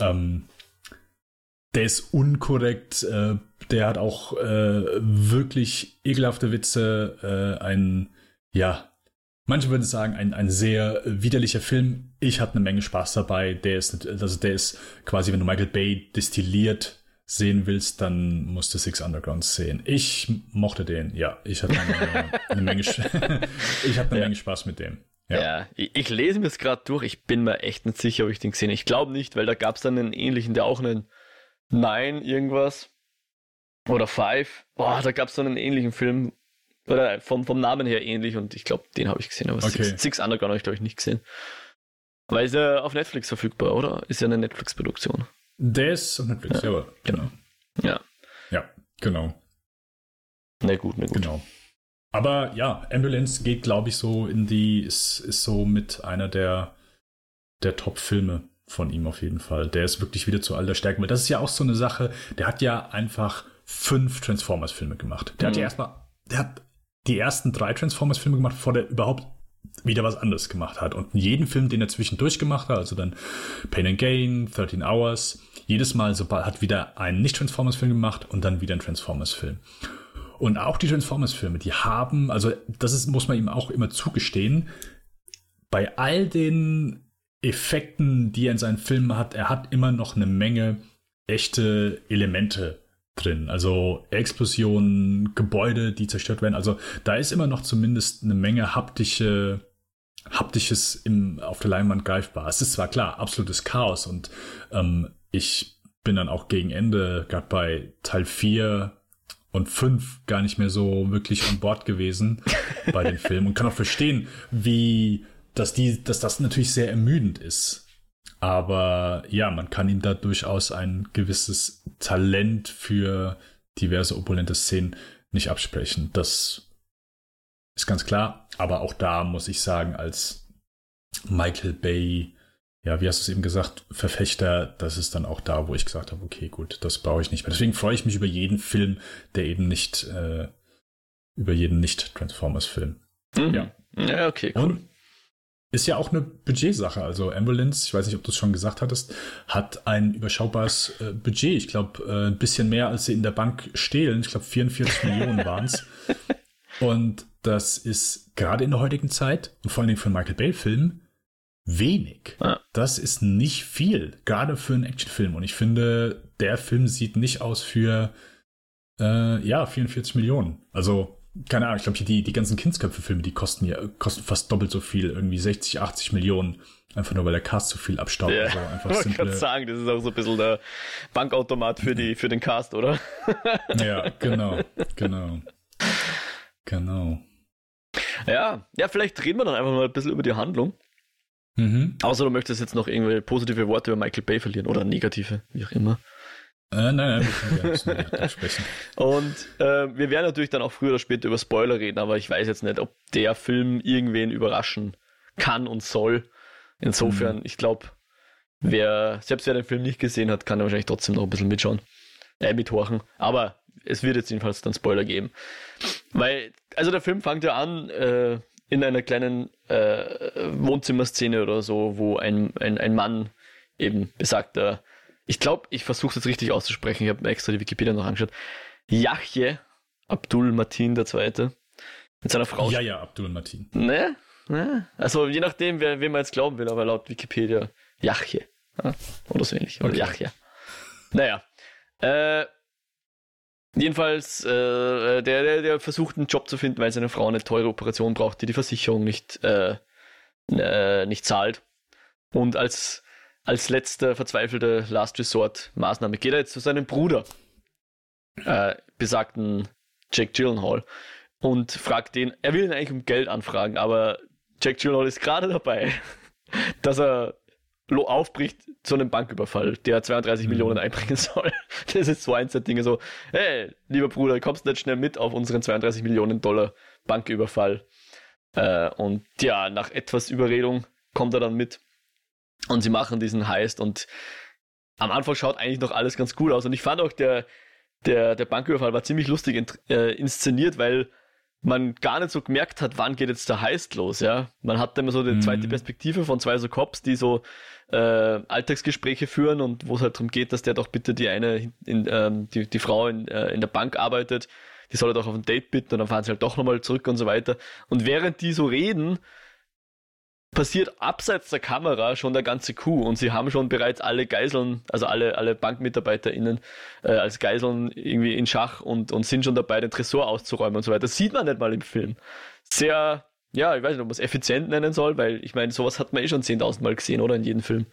der ist unkorrekt, der hat auch wirklich ekelhafte Witze, manche würden sagen, ein sehr widerlicher Film. Ich hatte eine Menge Spaß dabei. Der ist quasi, wenn du Michael Bay destilliert sehen willst, dann musst du Six Undergrounds sehen. Ich mochte den, ich hatte eine Menge Spaß mit dem. Ja, ich lese mir es gerade durch. Ich bin mir echt nicht sicher, ob ich den gesehen habe. Ich glaube nicht, weil da gab es dann einen ähnlichen, der auch einen 9 irgendwas oder 5. Da gab es dann einen ähnlichen Film, oder vom Namen her ähnlich und ich glaube, den habe ich gesehen, aber Six Underground habe ich, glaube ich, nicht gesehen. Aber ist ja auf Netflix verfügbar, oder? Ist ja eine Netflix-Produktion. Der ist auf Netflix, jawohl. Genau. Ja, genau. Na gut. Genau. Aber Ambulance geht, glaube ich, so ist so mit einer der Top-Filme von ihm auf jeden Fall. Der ist wirklich wieder zu all der Stärke. Weil das ist ja auch so eine Sache, der hat ja einfach 5 Transformers-Filme gemacht. Der hat die ersten 3 Transformers-Filme gemacht, bevor der überhaupt wieder was anderes gemacht hat. Und jeden Film, den er zwischendurch gemacht hat, also dann Pain and Gain, 13 Hours, jedes Mal hat wieder einen Nicht-Transformers-Film gemacht und dann wieder einen Transformers-Film. Und auch die Transformers-Filme, die haben, also muss man ihm auch immer zugestehen, bei all den Effekten, die er in seinen Filmen hat, er hat immer noch eine Menge echte Elemente drin. Also Explosionen, Gebäude, die zerstört werden. Also da ist immer noch zumindest eine Menge haptische Haptisches auf der Leinwand greifbar. Es ist zwar klar, absolutes Chaos und ich bin dann auch gegen Ende, gerade bei Teil 4 und 5 gar nicht mehr so wirklich an Bord gewesen bei den Filmen und kann auch verstehen, dass das natürlich sehr ermüdend ist. Aber ja, man kann ihm da durchaus ein gewisses Talent für diverse opulente Szenen nicht absprechen. Das ist ganz klar. Aber auch da muss ich sagen, als Michael Bay, ja, wie hast du es eben gesagt, Verfechter, das ist dann auch da, wo ich gesagt habe, okay, gut, das brauche ich nicht mehr. Deswegen freue ich mich über jeden Film, der eben nicht, über jeden Nicht-Transformers-Film. Mhm. Ja, okay, cool. Und ist ja auch eine Budgetsache. Also Ambulance, ich weiß nicht, ob du es schon gesagt hattest, hat ein überschaubares Budget. Ich glaube, ein bisschen mehr, als sie in der Bank stehlen. Ich glaube, 44 Millionen waren es. Und das ist gerade in der heutigen Zeit und vor allen Dingen für einen Michael Bay-Film wenig. Ja. Das ist nicht viel, gerade für einen Actionfilm. Und ich finde, der Film sieht nicht aus für 44 Millionen. Also keine Ahnung, ich glaube, die ganzen Kindsköpfe-Filme, die kosten fast doppelt so viel, irgendwie 60, 80 Millionen, einfach nur, weil der Cast so viel abstaubt. Ja, also einfach ich kann sagen, das ist auch so ein bisschen der Bankautomat für den Cast, oder? Ja, genau. Ja, vielleicht reden wir dann einfach mal ein bisschen über die Handlung. Mhm. Außer du möchtest jetzt noch irgendwelche positive Worte über Michael Bay verlieren oder negative, wie auch immer. Nein, wir können gerne sprechen. Und wir werden natürlich dann auch früher oder später über Spoiler reden, aber ich weiß jetzt nicht, ob der Film irgendwen überraschen kann und soll. Insofern, ich glaube, selbst wer den Film nicht gesehen hat, kann er wahrscheinlich trotzdem noch ein bisschen mithorchen. Aber es wird jetzt jedenfalls dann Spoiler geben. Weil, also der Film fängt ja an in einer kleinen Wohnzimmerszene oder so, wo ein Mann eben besagter, ich glaube, ich versuche es jetzt richtig auszusprechen, ich habe mir extra die Wikipedia noch angeschaut, Yahya Abdul Mateen II. mit seiner Frau. Ja, Abdul Mateen. Ne? Also je nachdem, wem man jetzt glauben will, aber laut Wikipedia Yahya. Oder so ähnlich. Oder okay. Yahya. Naja. Jedenfalls, der versucht einen Job zu finden, weil seine Frau eine teure Operation braucht, die Versicherung nicht zahlt. Und als letzte verzweifelte Last Resort Maßnahme geht er jetzt zu seinem Bruder, besagten Jake Gyllenhaal, und fragt den, er will ihn eigentlich um Geld anfragen, aber Jake Gyllenhaal ist gerade dabei, dass er aufbricht zu einem Banküberfall, der 32 Millionen einbringen soll. Das ist so eins der Dinge, so, hey, lieber Bruder, kommst du nicht schnell mit auf unseren 32 Millionen Dollar Banküberfall? Und ja, nach etwas Überredung kommt er dann mit und sie machen diesen Heist und am Anfang schaut eigentlich noch alles ganz cool aus und ich fand auch, der Banküberfall war ziemlich lustig inszeniert, weil man gar nicht so gemerkt hat, wann geht jetzt der Heist los, ja. Man hat immer so die zweite Perspektive von zwei so Cops, die so Alltagsgespräche führen und wo es halt darum geht, dass der doch bitte die Frau in der Bank arbeitet, die soll er doch auf ein Date bitten und dann fahren sie halt doch nochmal zurück und so weiter. Und während die so reden, passiert abseits der Kamera schon der ganze Coup und sie haben schon bereits alle Geiseln, also alle BankmitarbeiterInnen als Geiseln irgendwie in Schach und sind schon dabei, den Tresor auszuräumen und so weiter. Das sieht man nicht mal im Film. Sehr, ja, ich weiß nicht, ob man es effizient nennen soll, weil ich meine, sowas hat man schon 10.000 Mal gesehen, oder? In jedem Film.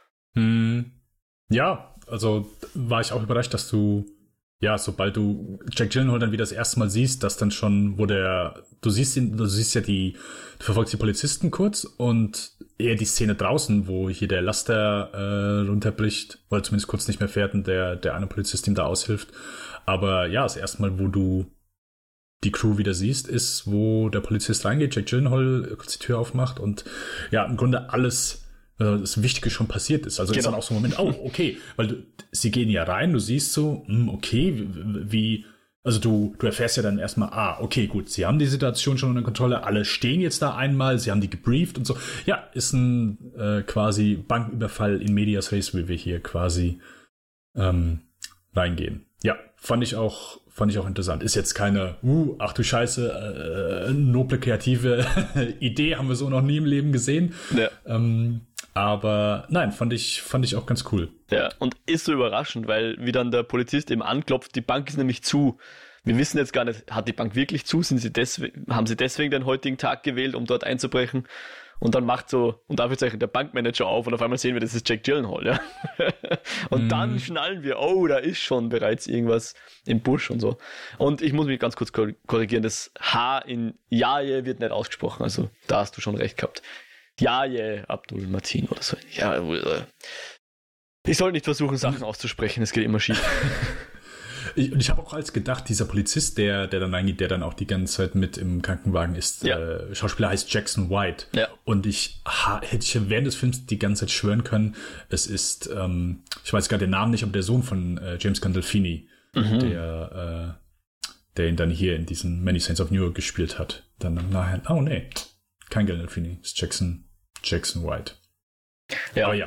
Ja, also war ich auch überrascht, dass du, ja, sobald du Jake Gyllenhaal dann wieder das erste Mal siehst, dass dann schon, du siehst ja du verfolgst die Polizisten kurz und eher die Szene draußen, wo hier der Laster runterbricht, weil zumindest kurz nicht mehr fährt und der eine Polizist ihm da aushilft. Aber ja, das erste Mal, wo du die Crew wieder siehst, ist, wo der Polizist reingeht, Jake Gyllenhaal kurz die Tür aufmacht und ja, im Grunde alles das Wichtige schon passiert ist. Also ist dann auch so ein Moment, okay, weil sie gehen ja rein, du siehst so, okay, wie, also du erfährst ja dann erstmal, okay, gut, sie haben die Situation schon unter Kontrolle, alle stehen jetzt da einmal, sie haben die gebrieft und so. Ja, ist ein quasi Banküberfall in medias res, wie wir hier quasi reingehen. Ja, fand ich auch interessant. Ist jetzt keine, ach du Scheiße, noble kreative Idee, haben wir so noch nie im Leben gesehen. Ja. Aber nein, fand ich auch ganz cool. Ja, und ist so überraschend, weil wie dann der Polizist eben anklopft, die Bank ist nämlich zu. Wir wissen jetzt gar nicht, hat die Bank wirklich zu? Haben sie deswegen den heutigen Tag gewählt, um dort einzubrechen? Und dann macht so, und dafür zeichnet der Bankmanager auf und auf einmal sehen wir, das ist Jake Gyllenhaal, ja. Und dann schnallen wir, oh, da ist schon bereits irgendwas im Busch und so. Und ich muss mich ganz kurz korrigieren, das H in Jaje wird nicht ausgesprochen, also da hast du schon recht gehabt. Jaje Abdul Mateen oder so. Ja, ich soll nicht versuchen, Sachen auszusprechen, es geht immer schief. Ich habe auch als gedacht, dieser Polizist, der dann auch die ganze Zeit mit im Krankenwagen ist, Schauspieler heißt Jackson White. Ja. Und hätte während des Films die ganze Zeit schwören können, es ist, ich weiß gar den Namen nicht, aber der Sohn von James Gandolfini, der ihn dann hier in diesen Many Saints of Newark gespielt hat. Dann nachher, oh nee, kein Gandolfini, ist Jackson White. Ja. Aber ja,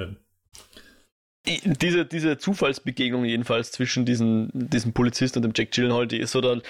Diese Zufallsbegegnung jedenfalls zwischen diesem Polizist und dem Jake Gyllenhaal, die ist so dann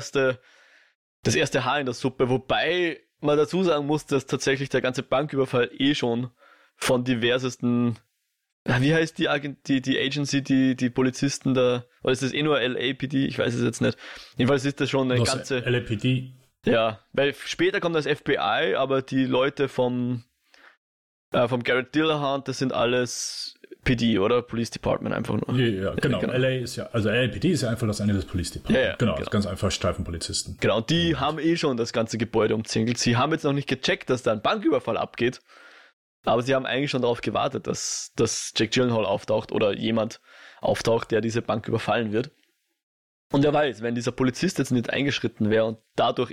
das erste Haar in der Suppe, wobei man dazu sagen muss, dass tatsächlich der ganze Banküberfall schon von diversesten, wie heißt die Agency, die Polizisten da, oder ist das nur LAPD? Ich weiß es jetzt nicht. Jedenfalls ist das schon eine ganze... LAPD? Ja, weil später kommt das FBI, aber die Leute vom Garrett Dillahunt, das sind alles... PD, oder? Police Department einfach nur. Ja, genau. LA ist ja, also LAPD ist ja einfach das Angeles Police Department. Ja, genau. Ist ganz einfach Streifenpolizisten. Genau, und die haben schon das ganze Gebäude umzingelt. Sie haben jetzt noch nicht gecheckt, dass da ein Banküberfall abgeht, aber sie haben eigentlich schon darauf gewartet, dass Jake Gyllenhaal auftaucht oder jemand auftaucht, der diese Bank überfallen wird. Und wer weiß, wenn dieser Polizist jetzt nicht eingeschritten wäre und dadurch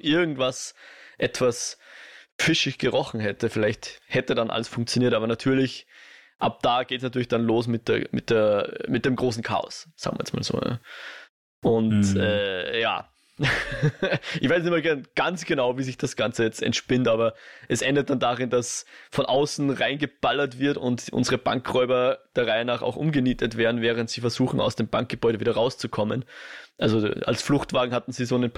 etwas fischig gerochen hätte, vielleicht hätte dann alles funktioniert, aber natürlich ab da geht es natürlich dann los mit dem großen Chaos, sagen wir jetzt mal so. Ja. Und ja, ich weiß nicht mehr ganz genau, wie sich das Ganze jetzt entspinnt, aber es endet dann darin, dass von außen reingeballert wird und unsere Bankräuber der Reihe nach auch umgenietet werden, während sie versuchen, aus dem Bankgebäude wieder rauszukommen. Also als Fluchtwagen hatten sie so einen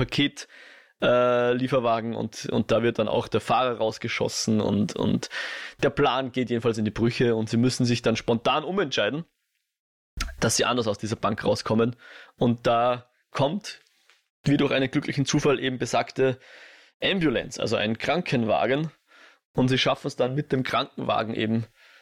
Lieferwagen und da wird dann auch der Fahrer rausgeschossen und der Plan geht jedenfalls in die Brüche und sie müssen sich dann spontan umentscheiden, dass sie anders aus dieser Bank rauskommen und da kommt, wie durch einen glücklichen Zufall eben besagte Ambulance, also ein Krankenwagen und sie schaffen es dann mit dem Krankenwagen eben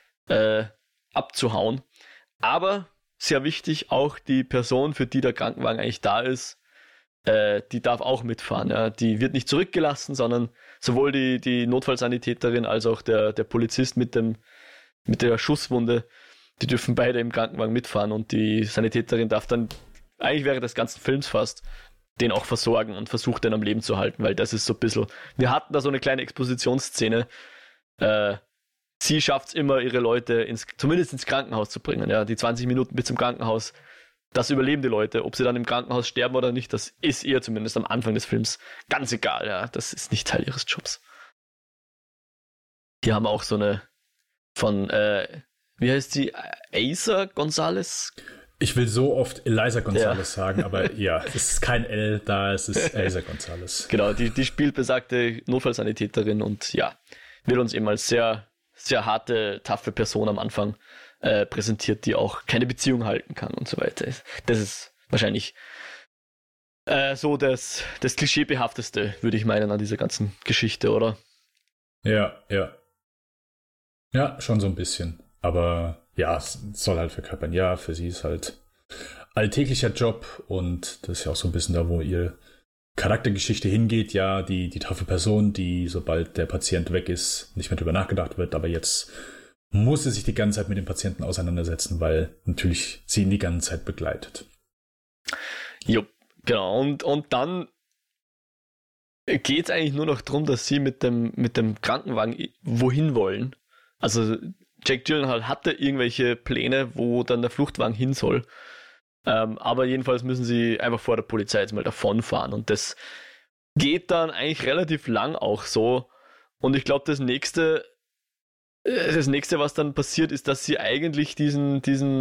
abzuhauen, aber sehr wichtig, auch die Person, für die der Krankenwagen eigentlich da ist, die darf auch mitfahren. Ja. Die wird nicht zurückgelassen, sondern sowohl die Notfallsanitäterin als auch der Polizist mit der Schusswunde, die dürfen beide im Krankenwagen mitfahren und die Sanitäterin darf dann, eigentlich während des ganzen Films fast, den auch versorgen und versucht, den am Leben zu halten, weil das ist so ein bisschen, wir hatten da so eine kleine Expositionsszene, sie schafft es immer, ihre Leute zumindest ins Krankenhaus zu bringen. Ja. Die 20 Minuten bis zum Krankenhaus, das überleben die Leute. Ob sie dann im Krankenhaus sterben oder nicht, das ist ihr zumindest am Anfang des Films ganz egal. Ja, das ist nicht Teil ihres Jobs. Die haben auch so eine von, wie heißt sie? Eiza González? Ich will so oft Eliza González sagen, aber ja, es ist kein L da, es ist Eiza González. Genau, die spielt besagte Notfallsanitäterin und ja, wird uns eben als sehr, sehr harte, taffe Person am Anfang präsentiert, die auch keine Beziehung halten kann und so weiter. Das ist wahrscheinlich so das Klischeebehafteste, würde ich meinen, an dieser ganzen Geschichte, oder? Ja. Ja, schon so ein bisschen. Aber ja, es soll halt verkörpern. Ja, für sie ist halt alltäglicher Job und das ist ja auch so ein bisschen da, wo ihre Charaktergeschichte hingeht. Ja, die taffe Person, die, sobald der Patient weg ist, nicht mehr drüber nachgedacht wird, aber jetzt muss sie sich die ganze Zeit mit dem Patienten auseinandersetzen, weil natürlich sie ihn die ganze Zeit begleitet. Jo, genau. Und dann geht es eigentlich nur noch darum, dass sie mit dem Krankenwagen wohin wollen. Also Jake Gyllenhaal hatte irgendwelche Pläne, wo dann der Fluchtwagen hin soll. Aber jedenfalls müssen sie einfach vor der Polizei jetzt mal davonfahren. Und das geht dann eigentlich relativ lang auch so. Und ich glaube, das nächste, was dann passiert, ist, dass sie eigentlich diesen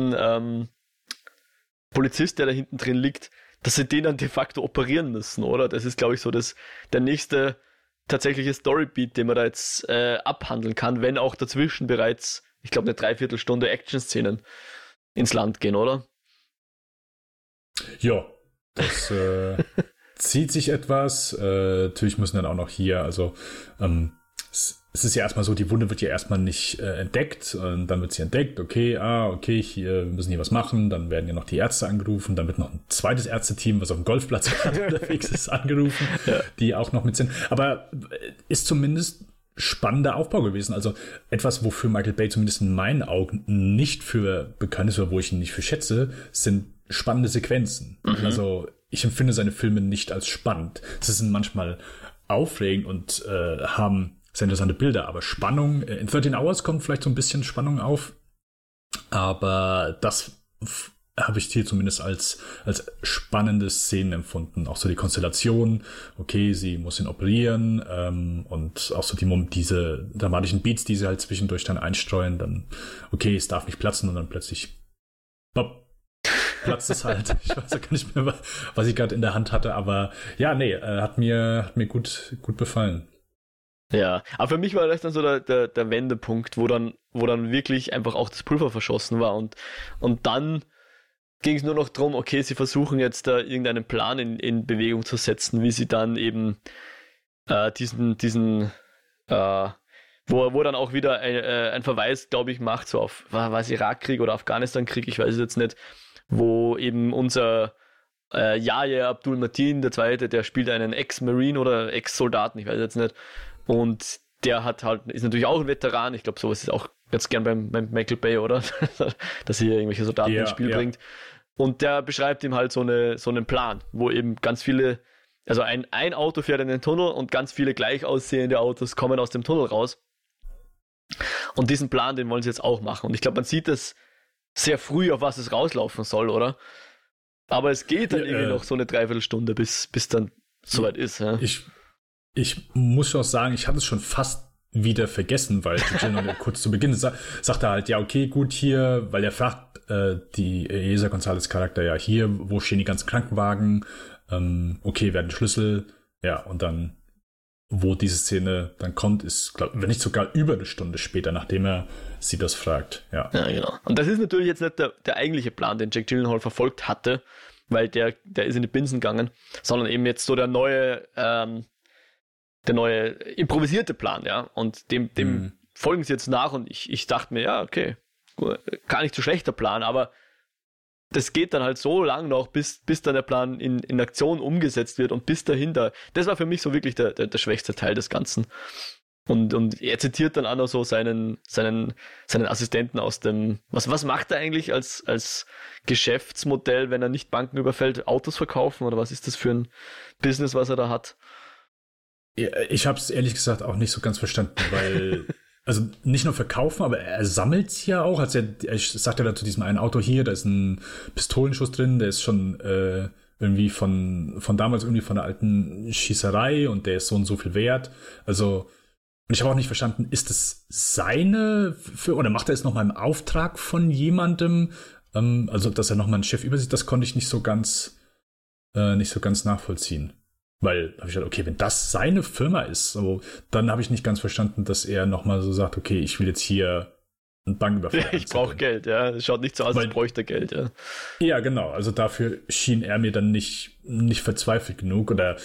Polizist, der da hinten drin liegt, dass sie den dann de facto operieren müssen, oder? Das ist, glaube ich, so der nächste tatsächliche Storybeat, den man da jetzt abhandeln kann, wenn auch dazwischen bereits, ich glaube, eine Dreiviertelstunde Action-Szenen ins Land gehen, oder? Ja, das zieht sich etwas. Natürlich müssen dann auch noch hier, also es ist ja erstmal so, die Wunde wird ja erstmal nicht entdeckt, und dann wird sie entdeckt, okay, hier, wir müssen hier was machen, dann werden ja noch die Ärzte angerufen, dann wird noch ein zweites Ärzteteam, was auf dem Golfplatz unterwegs ist, angerufen, die auch noch mit sind. Aber ist zumindest spannender Aufbau gewesen. Also etwas, wofür Michael Bay zumindest in meinen Augen nicht für bekannt ist oder wo ich ihn nicht für schätze, sind spannende Sequenzen. Also ich empfinde seine Filme nicht als spannend. Sie sind manchmal aufregend und haben sehr interessante Bilder, aber Spannung, in 13 Hours kommt vielleicht so ein bisschen Spannung auf, aber das habe ich hier zumindest als spannende Szenen empfunden. Auch so die Konstellation, okay, sie muss ihn operieren, und auch so diese dramatischen Beats, die sie halt zwischendurch dann einstreuen, dann, okay, es darf nicht platzen und dann plötzlich pop, platzt es halt. Ich weiß ja gar nicht mehr, was ich gerade in der Hand hatte, aber ja, hat mir gut gefallen. Ja, aber für mich war das dann so der Wendepunkt, wo dann wirklich einfach auch das Pulver verschossen war und dann ging es nur noch darum, okay, sie versuchen jetzt da irgendeinen Plan in Bewegung zu setzen, wie sie dann eben diesen wo dann auch wieder ein Verweis, glaube ich, macht, so auf, war es Irakkrieg oder Afghanistan-Krieg, ich weiß es jetzt nicht, wo eben unser Yahya Abdul Mateen, der Zweite, der spielt einen Ex-Marine oder Ex-Soldaten, ich weiß jetzt nicht, und der ist natürlich auch ein Veteran, ich glaube, sowas ist auch ganz gern beim Michael Bay, oder? Dass er hier irgendwelche Soldaten ins Spiel bringt. Und der beschreibt ihm halt so einen Plan, wo eben ganz viele, also ein Auto fährt in den Tunnel und ganz viele gleich aussehende Autos kommen aus dem Tunnel raus. Und diesen Plan, den wollen sie jetzt auch machen. Und ich glaube, man sieht das sehr früh, auf was es rauslaufen soll, oder? Aber es geht dann irgendwie noch so eine Dreiviertelstunde, bis dann soweit ist. Ja? Ich muss schon sagen, ich hatte es schon fast wieder vergessen, weil Gyllenhaal kurz zu Beginn sagt er halt, ja, okay, gut, hier, weil er fragt die Eiza González Charakter, ja, hier, wo stehen die ganzen Krankenwagen, okay, wer hat den Schlüssel, ja, und dann, wo diese Szene dann kommt, ist, wenn nicht sogar über eine Stunde später, nachdem er sie das fragt, ja. Ja, genau. Und das ist natürlich jetzt nicht der eigentliche Plan, den Jake Gyllenhaal verfolgt hatte, weil der ist in die Binsen gegangen, sondern eben jetzt so der neue improvisierte Plan, ja, und dem folgen sie jetzt nach und ich dachte mir, ja, okay, gar nicht so schlechter Plan, aber das geht dann halt so lang noch, bis dann der Plan in Aktion umgesetzt wird und bis dahinter, das war für mich so wirklich der schwächste Teil des Ganzen. Und er zitiert dann auch noch so seinen Assistenten aus dem, was macht er eigentlich als Geschäftsmodell, wenn er nicht Banken überfällt, Autos verkaufen, oder was ist das für ein Business, was er da hat? Ich habe es ehrlich gesagt auch nicht so ganz verstanden, weil, also nicht nur verkaufen, aber er sammelt es ja auch. Also er sagt ja da zu diesem einen Auto hier, da ist ein Pistolenschuss drin, der ist schon irgendwie von damals irgendwie von der alten Schießerei und der ist so und so viel wert. Also, und ich habe auch nicht verstanden, ist es seine oder macht er es nochmal im Auftrag von jemandem? Also, dass er nochmal einen Chef übersieht, das konnte ich nicht so ganz nachvollziehen. Weil, habe ich gedacht, okay, wenn das seine Firma ist, so, dann habe ich nicht ganz verstanden, dass er nochmal so sagt, okay, ich will jetzt hier einen Banküberfall. Ich brauche Geld, ja. Es schaut nicht so aus, als bräuchte Geld, ja. Ja, genau. Also dafür schien er mir dann nicht verzweifelt genug oder,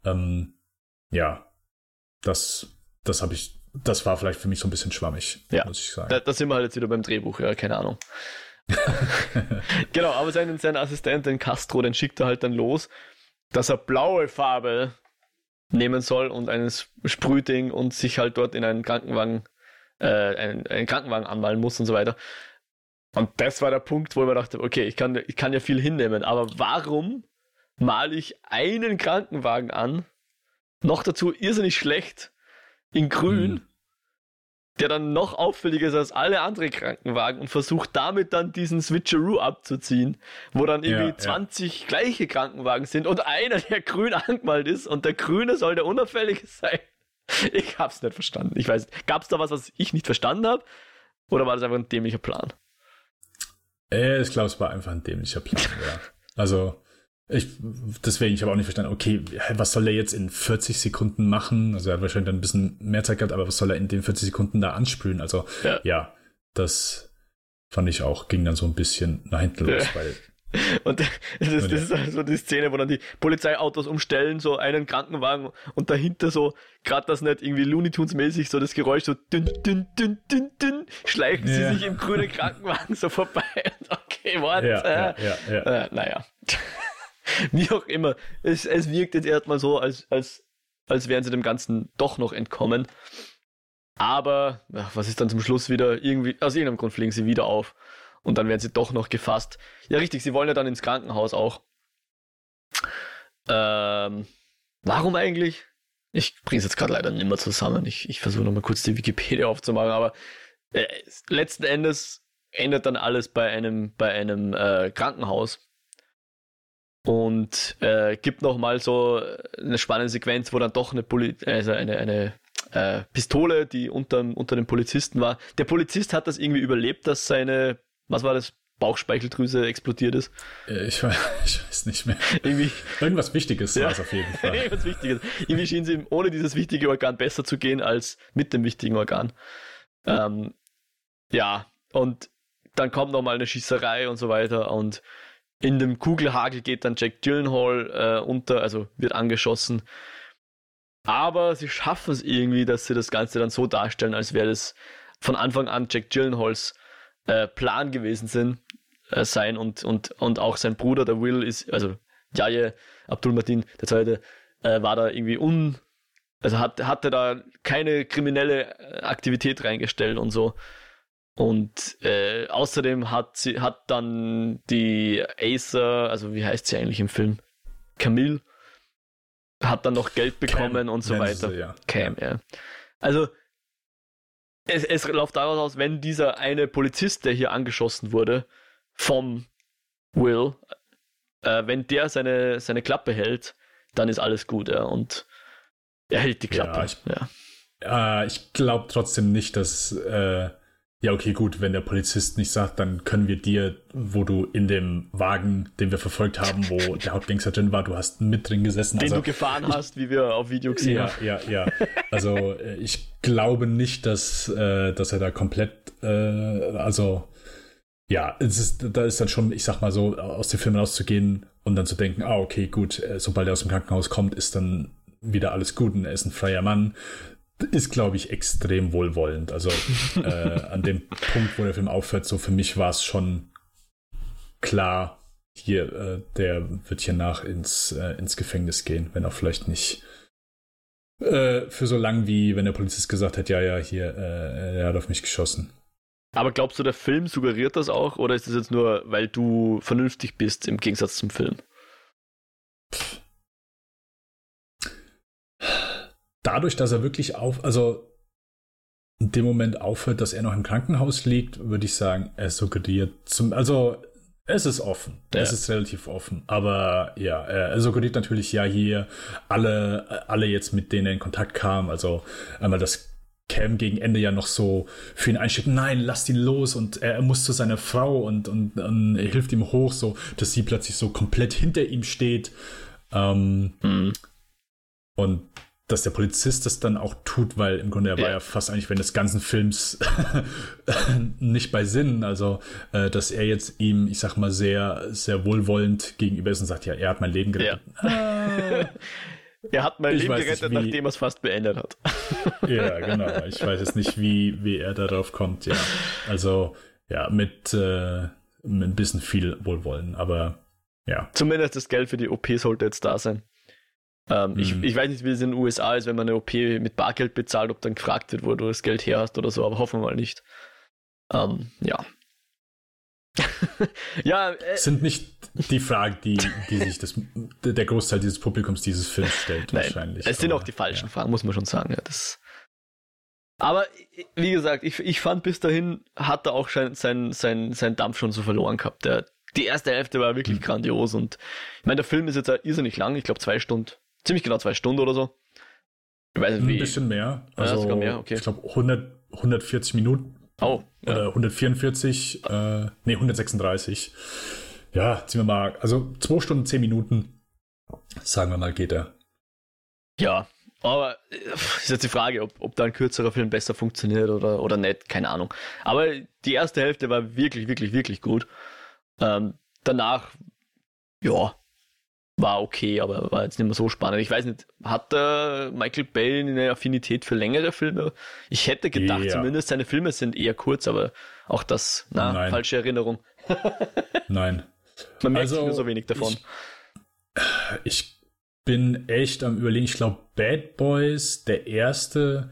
das war vielleicht für mich so ein bisschen schwammig, muss ich sagen. Da sind wir halt jetzt wieder beim Drehbuch, ja, keine Ahnung. Genau, aber seinen Assistent, den Castro, den schickt er halt dann los, dass er blaue Farbe nehmen soll und ein Sprühding und sich halt dort in einen Krankenwagen einen Krankenwagen anmalen muss und so weiter. Und das war der Punkt, wo ich mir dachte, okay, ich kann ja viel hinnehmen, aber warum male ich einen Krankenwagen an, noch dazu irrsinnig schlecht, in grün, der dann noch auffälliger ist als alle anderen Krankenwagen und versucht damit dann diesen Switcheroo abzuziehen, wo dann irgendwie 20 gleiche Krankenwagen sind und einer, der grün angemalt ist und der grüne soll der unauffällige sein. Ich hab's nicht verstanden. Ich weiß nicht. Gab's da was ich nicht verstanden habe? Oder war das einfach ein dämlicher Plan? Ich glaube, es war einfach ein dämlicher Plan, ja. Also, ich habe auch nicht verstanden, okay, was soll er jetzt in 40 Sekunden machen? Also, er hat wahrscheinlich dann ein bisschen mehr Zeit gehabt, aber was soll er in den 40 Sekunden da ansprühen? Also, ja das fand ich auch, ging dann so ein bisschen nach hinten los, weil Und das ist halt so die Szene, wo dann die Polizeiautos umstellen, so einen Krankenwagen und dahinter so, gerade das nicht irgendwie Looney Tunes mäßig, so das Geräusch so dünn, dünn, dünn, dünn, dünn, schleichen sie sich im grünen Krankenwagen so vorbei. Okay, warte. Naja. Wie auch immer. Es wirkt jetzt erstmal so, als wären sie dem Ganzen doch noch entkommen. Aber, was ist dann zum Schluss wieder? Irgendwie, aus irgendeinem Grund fliegen sie wieder auf. Und dann werden sie doch noch gefasst. Ja, richtig, sie wollen ja dann ins Krankenhaus auch. Warum eigentlich? Ich bringe es jetzt gerade leider nicht mehr zusammen. Ich versuche nochmal kurz die Wikipedia aufzumachen, aber letzten Endes endet dann alles bei einem Krankenhaus. Und gibt nochmal so eine spannende Sequenz, wo dann doch eine Pistole, die unter dem Polizisten war. Der Polizist hat das irgendwie überlebt, dass seine, was war das, Bauchspeicheldrüse explodiert ist. Ich weiß nicht mehr. Irgendwas Wichtiges war es auf jeden Fall. Irgendwas Wichtiges. Irgendwie schien es ihm ohne dieses wichtige Organ besser zu gehen als mit dem wichtigen Organ. Ja, und dann kommt nochmal eine Schießerei und so weiter und in dem Kugelhagel geht dann Jack Gyllenhaal unter, also wird angeschossen. Aber sie schaffen es irgendwie, dass sie das Ganze dann so darstellen, als wäre das von Anfang an Jack Gyllenhaals Plan gewesen sein und auch sein Bruder, der Will, ist, also Yahya Abdul-Mateen, der Zweite, war da irgendwie hatte da keine kriminelle Aktivität reingestellt und so. Und außerdem hat dann die Acer, also wie heißt sie eigentlich im Film? Camille, hat dann noch Geld bekommen Cam, und so weiter. Sie, ja. Cam, ja. Also es läuft daraus aus, wenn dieser eine Polizist, der hier angeschossen wurde, vom Will, wenn der seine Klappe hält, dann ist alles gut, ja. Und er hält die Klappe. Ich glaube trotzdem nicht, dass ja, okay, gut, wenn der Polizist nicht sagt, dann können wir dir, wo du in dem Wagen, den wir verfolgt haben, wo der Hauptgangster drin war, du hast mit drin gesessen. Den du gefahren hast, wie wir auf Video gesehen haben. Ja. Also ich glaube nicht, dass er da komplett, da ist dann schon, ich sag mal so, aus dem Film rauszugehen und dann zu denken, okay, gut, sobald er aus dem Krankenhaus kommt, ist dann wieder alles gut und er ist ein freier Mann. Ist, glaube ich, extrem wohlwollend. Also an dem Punkt, wo der Film aufhört, so für mich war es schon klar, hier, der wird hier nach ins Gefängnis gehen, wenn auch vielleicht nicht für so lang, wie wenn der Polizist gesagt hat, ja, hier, er hat auf mich geschossen. Aber glaubst du, der Film suggeriert das auch, oder ist das jetzt nur, weil du vernünftig bist, im Gegensatz zum Film? Dadurch, dass er wirklich in dem Moment aufhört, dass er noch im Krankenhaus liegt, würde ich sagen, er suggeriert es ist offen. Ja. Es ist relativ offen. Aber ja, er suggeriert natürlich ja hier alle jetzt, mit denen er in Kontakt kam. Also einmal das Cam gegen Ende ja noch so für ihn einsteht, nein, lasst ihn los, und er muss zu seiner Frau und er hilft ihm hoch, so dass sie plötzlich so komplett hinter ihm steht. Und dass der Polizist das dann auch tut, weil im Grunde er war ja fast eigentlich während des ganzen Films nicht bei Sinnen, also dass er jetzt ihm, ich sag mal, sehr, sehr wohlwollend gegenüber ist und sagt, ja, er hat mein Leben gerettet. Ja. Er hat mein Leben gerettet, nachdem er es fast beendet hat. Ja, genau. Ich weiß jetzt nicht, wie er darauf kommt, ja. Also, ja, mit ein bisschen viel Wohlwollen, aber ja. Zumindest das Geld für die OP sollte jetzt da sein. Ich weiß nicht, wie es in den USA ist, wenn man eine OP mit Bargeld bezahlt, ob dann gefragt wird, wo du das Geld her hast oder so, aber hoffen wir mal nicht. Ja. Ja, sind nicht die Fragen, die sich der Großteil dieses Publikums dieses Films stellt, nein, wahrscheinlich. Es sind auch die falschen Fragen, muss man schon sagen. Ja, aber wie gesagt, ich fand, bis dahin hat er auch seinen Dampf schon so verloren gehabt. Die erste Hälfte war wirklich grandios, und ich meine, der Film ist jetzt irrsinnig lang, ich glaube 2 Stunden. Ziemlich genau 2 Stunden oder so. Ich weiß nicht, wie. Ein bisschen mehr. Also, sogar mehr, okay. Ich glaube 140 Minuten. Oh. Ja. Oder 144. 136. Ja, ziehen wir mal. Also 2 Stunden, 10 Minuten. Sagen wir mal, geht er. Ja, aber ist jetzt die Frage, ob da ein kürzerer Film besser funktioniert oder nicht. Keine Ahnung. Aber die erste Hälfte war wirklich, wirklich, wirklich gut. danach, ja, war okay, aber war jetzt nicht mehr so spannend. Ich weiß nicht, hat Michael Bay eine Affinität für längere Filme? Ich hätte gedacht, zumindest seine Filme sind eher kurz, aber auch das, falsche Erinnerung. Nein. Man merkt nur so wenig davon. Ich bin echt am Überlegen, ich glaube, Bad Boys, der erste,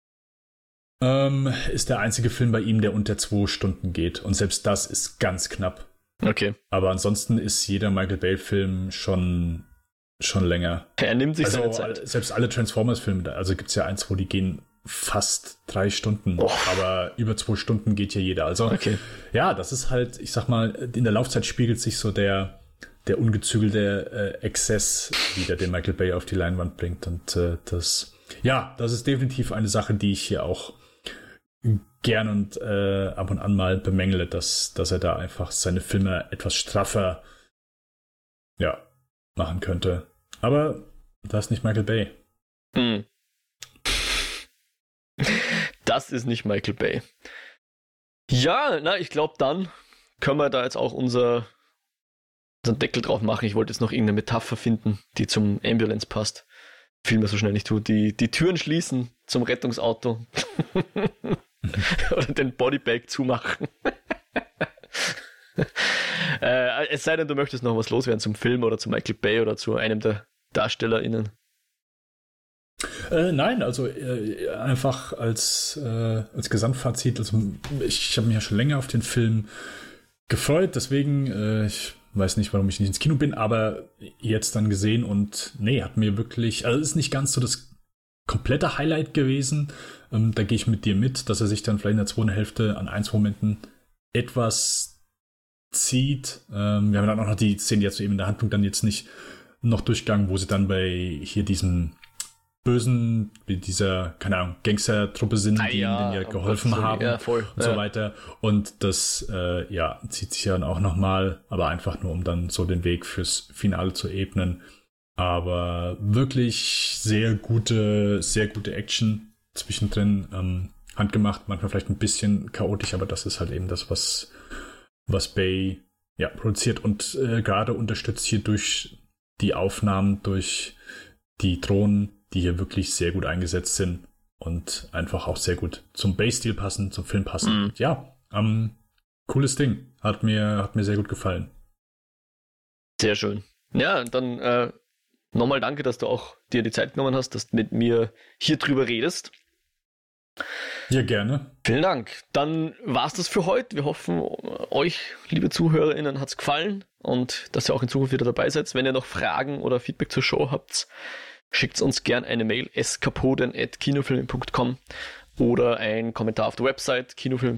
ist der einzige Film bei ihm, der unter 2 Stunden geht. Und selbst das ist ganz knapp. Okay. Aber ansonsten ist jeder Michael Bay-Film schon länger. Er nimmt sich seine Zeit. Selbst alle Transformers-Filme, also gibt es ja eins, wo die gehen fast 3 Stunden. Aber über 2 Stunden geht ja jeder. Also ja, das ist halt, ich sag mal, in der Laufzeit spiegelt sich so der ungezügelte Exzess wieder, den Michael Bay auf die Leinwand bringt. Und das ist definitiv eine Sache, die ich hier auch gern und ab und an mal bemängle, dass er da einfach seine Filme etwas straffer machen könnte. Aber das ist nicht Michael Bay. Das ist nicht Michael Bay. Ja, ich glaube, dann können wir da jetzt auch unseren Deckel drauf machen. Ich wollte jetzt noch irgendeine Metapher finden, die zum Ambulance passt. Fiel mir so schnell nicht zu. Die Türen schließen zum Rettungsauto. Oder den Bodybag zumachen. Es sei denn, du möchtest noch was loswerden zum Film oder zu Michael Bay oder zu einem der DarstellerInnen. Nein, also einfach als Gesamtfazit. Also ich habe mich ja schon länger auf den Film gefreut, deswegen ich weiß nicht, warum ich nicht ins Kino bin, aber jetzt dann gesehen und hat mir wirklich, also es ist nicht ganz so das komplette Highlight gewesen. Da gehe ich mit dir mit, dass er sich dann vielleicht in der zweiten Hälfte an 2 Momenten etwas zieht. Wir haben dann auch noch die Szene jetzt eben in der Handlung dann jetzt nicht noch durchgegangen, wo sie dann bei hier diesem Bösen, dieser, keine Ahnung, Gangster-Truppe sind, die ihnen ja geholfen haben und so weiter. Und das zieht sich ja dann auch nochmal, aber einfach nur, um dann so den Weg fürs Finale zu ebnen. Aber wirklich sehr gute Action zwischendrin, handgemacht, manchmal vielleicht ein bisschen chaotisch, aber das ist halt eben das, was Bay produziert und gerade unterstützt hier durch die Aufnahmen, durch die Drohnen, die hier wirklich sehr gut eingesetzt sind und einfach auch sehr gut zum Bay-Stil passen, zum Film passen. Cooles Ding. Hat mir sehr gut gefallen. Sehr schön. Ja, dann nochmal danke, dass du auch dir die Zeit genommen hast, dass du mit mir hier drüber redest. Ja, gerne. Vielen Dank. Dann war's das für heute. Wir hoffen, euch, liebe ZuhörerInnen, hat's gefallen und dass ihr auch in Zukunft wieder dabei seid. Wenn ihr noch Fragen oder Feedback zur Show habt, schickt uns gerne eine Mail eskapoden@kinofilme.com oder einen Kommentar auf der Website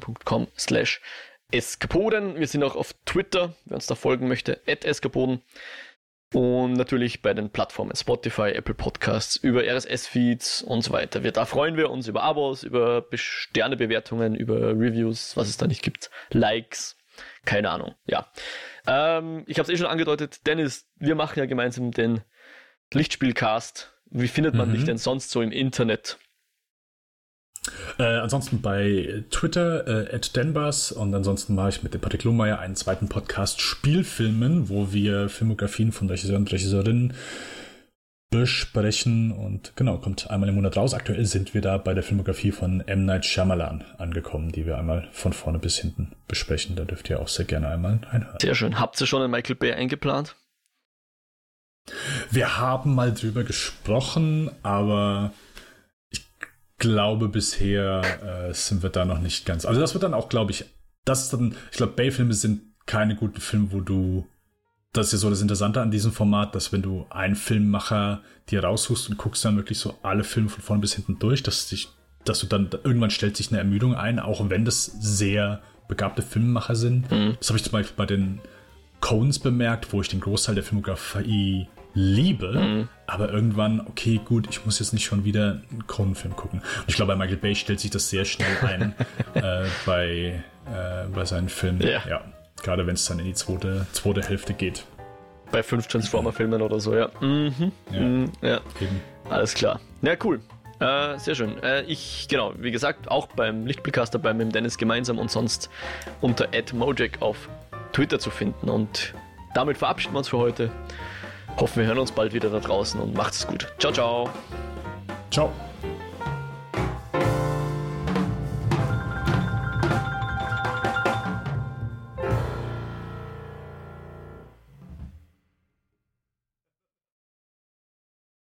kinofilme.com/eskapoden. Wir sind auch auf Twitter, wer uns da folgen möchte, @eskapoden. Und natürlich bei den Plattformen Spotify, Apple Podcasts, über RSS-Feeds und so weiter. Da freuen wir uns über Abos, über Sternebewertungen, über Reviews, was es da nicht gibt, Likes, keine Ahnung. Ja, ich habe es schon angedeutet, Dennis, wir machen ja gemeinsam den Lichtspielcast. Wie findet man dich denn sonst so im Internet? Ansonsten bei Twitter @denbas und ansonsten mache ich mit dem Patrick Lohmeier einen zweiten Podcast Spielfilmen, wo wir Filmografien von Regisseuren und Regisseurinnen besprechen und genau, kommt einmal im Monat raus. Aktuell sind wir da bei der Filmografie von M. Night Shyamalan angekommen, die wir einmal von vorne bis hinten besprechen. Da dürft ihr auch sehr gerne einmal reinhören. Sehr schön. Habt ihr schon einen Michael Bay eingeplant? Wir haben mal drüber gesprochen, aber ich glaube, bisher sind wir da noch nicht ganz. Also das wird dann auch, glaube ich, ich glaube, Bay-Filme sind keine guten Filme, das ist ja so das Interessante an diesem Format, dass wenn du einen Filmemacher dir raussuchst und guckst dann wirklich so alle Filme von vorn bis hinten durch, dass du dann irgendwann stellt sich eine Ermüdung ein, auch wenn das sehr begabte Filmemacher sind. Das habe ich zum Beispiel bei den Coens bemerkt, wo ich den Großteil der Filmografie liebe, aber irgendwann, okay, gut, ich muss jetzt nicht schon wieder einen Coen-Film gucken. Und ich glaube, bei Michael Bay stellt sich das sehr schnell ein bei seinen Filmen. Ja. Gerade wenn es dann in die zweite Hälfte geht. Bei 5 Transformer-Filmen oder so, ja. Ja. Eben. Alles klar. Ja, cool. Sehr schön. Wie gesagt, auch beim Lichtblickcast dabei mit dem Dennis gemeinsam und sonst unter @mojek auf Twitter zu finden. Und damit verabschieden wir uns für heute. Hoffen, wir hören uns bald wieder da draußen und macht's gut. Ciao, ciao. Ciao.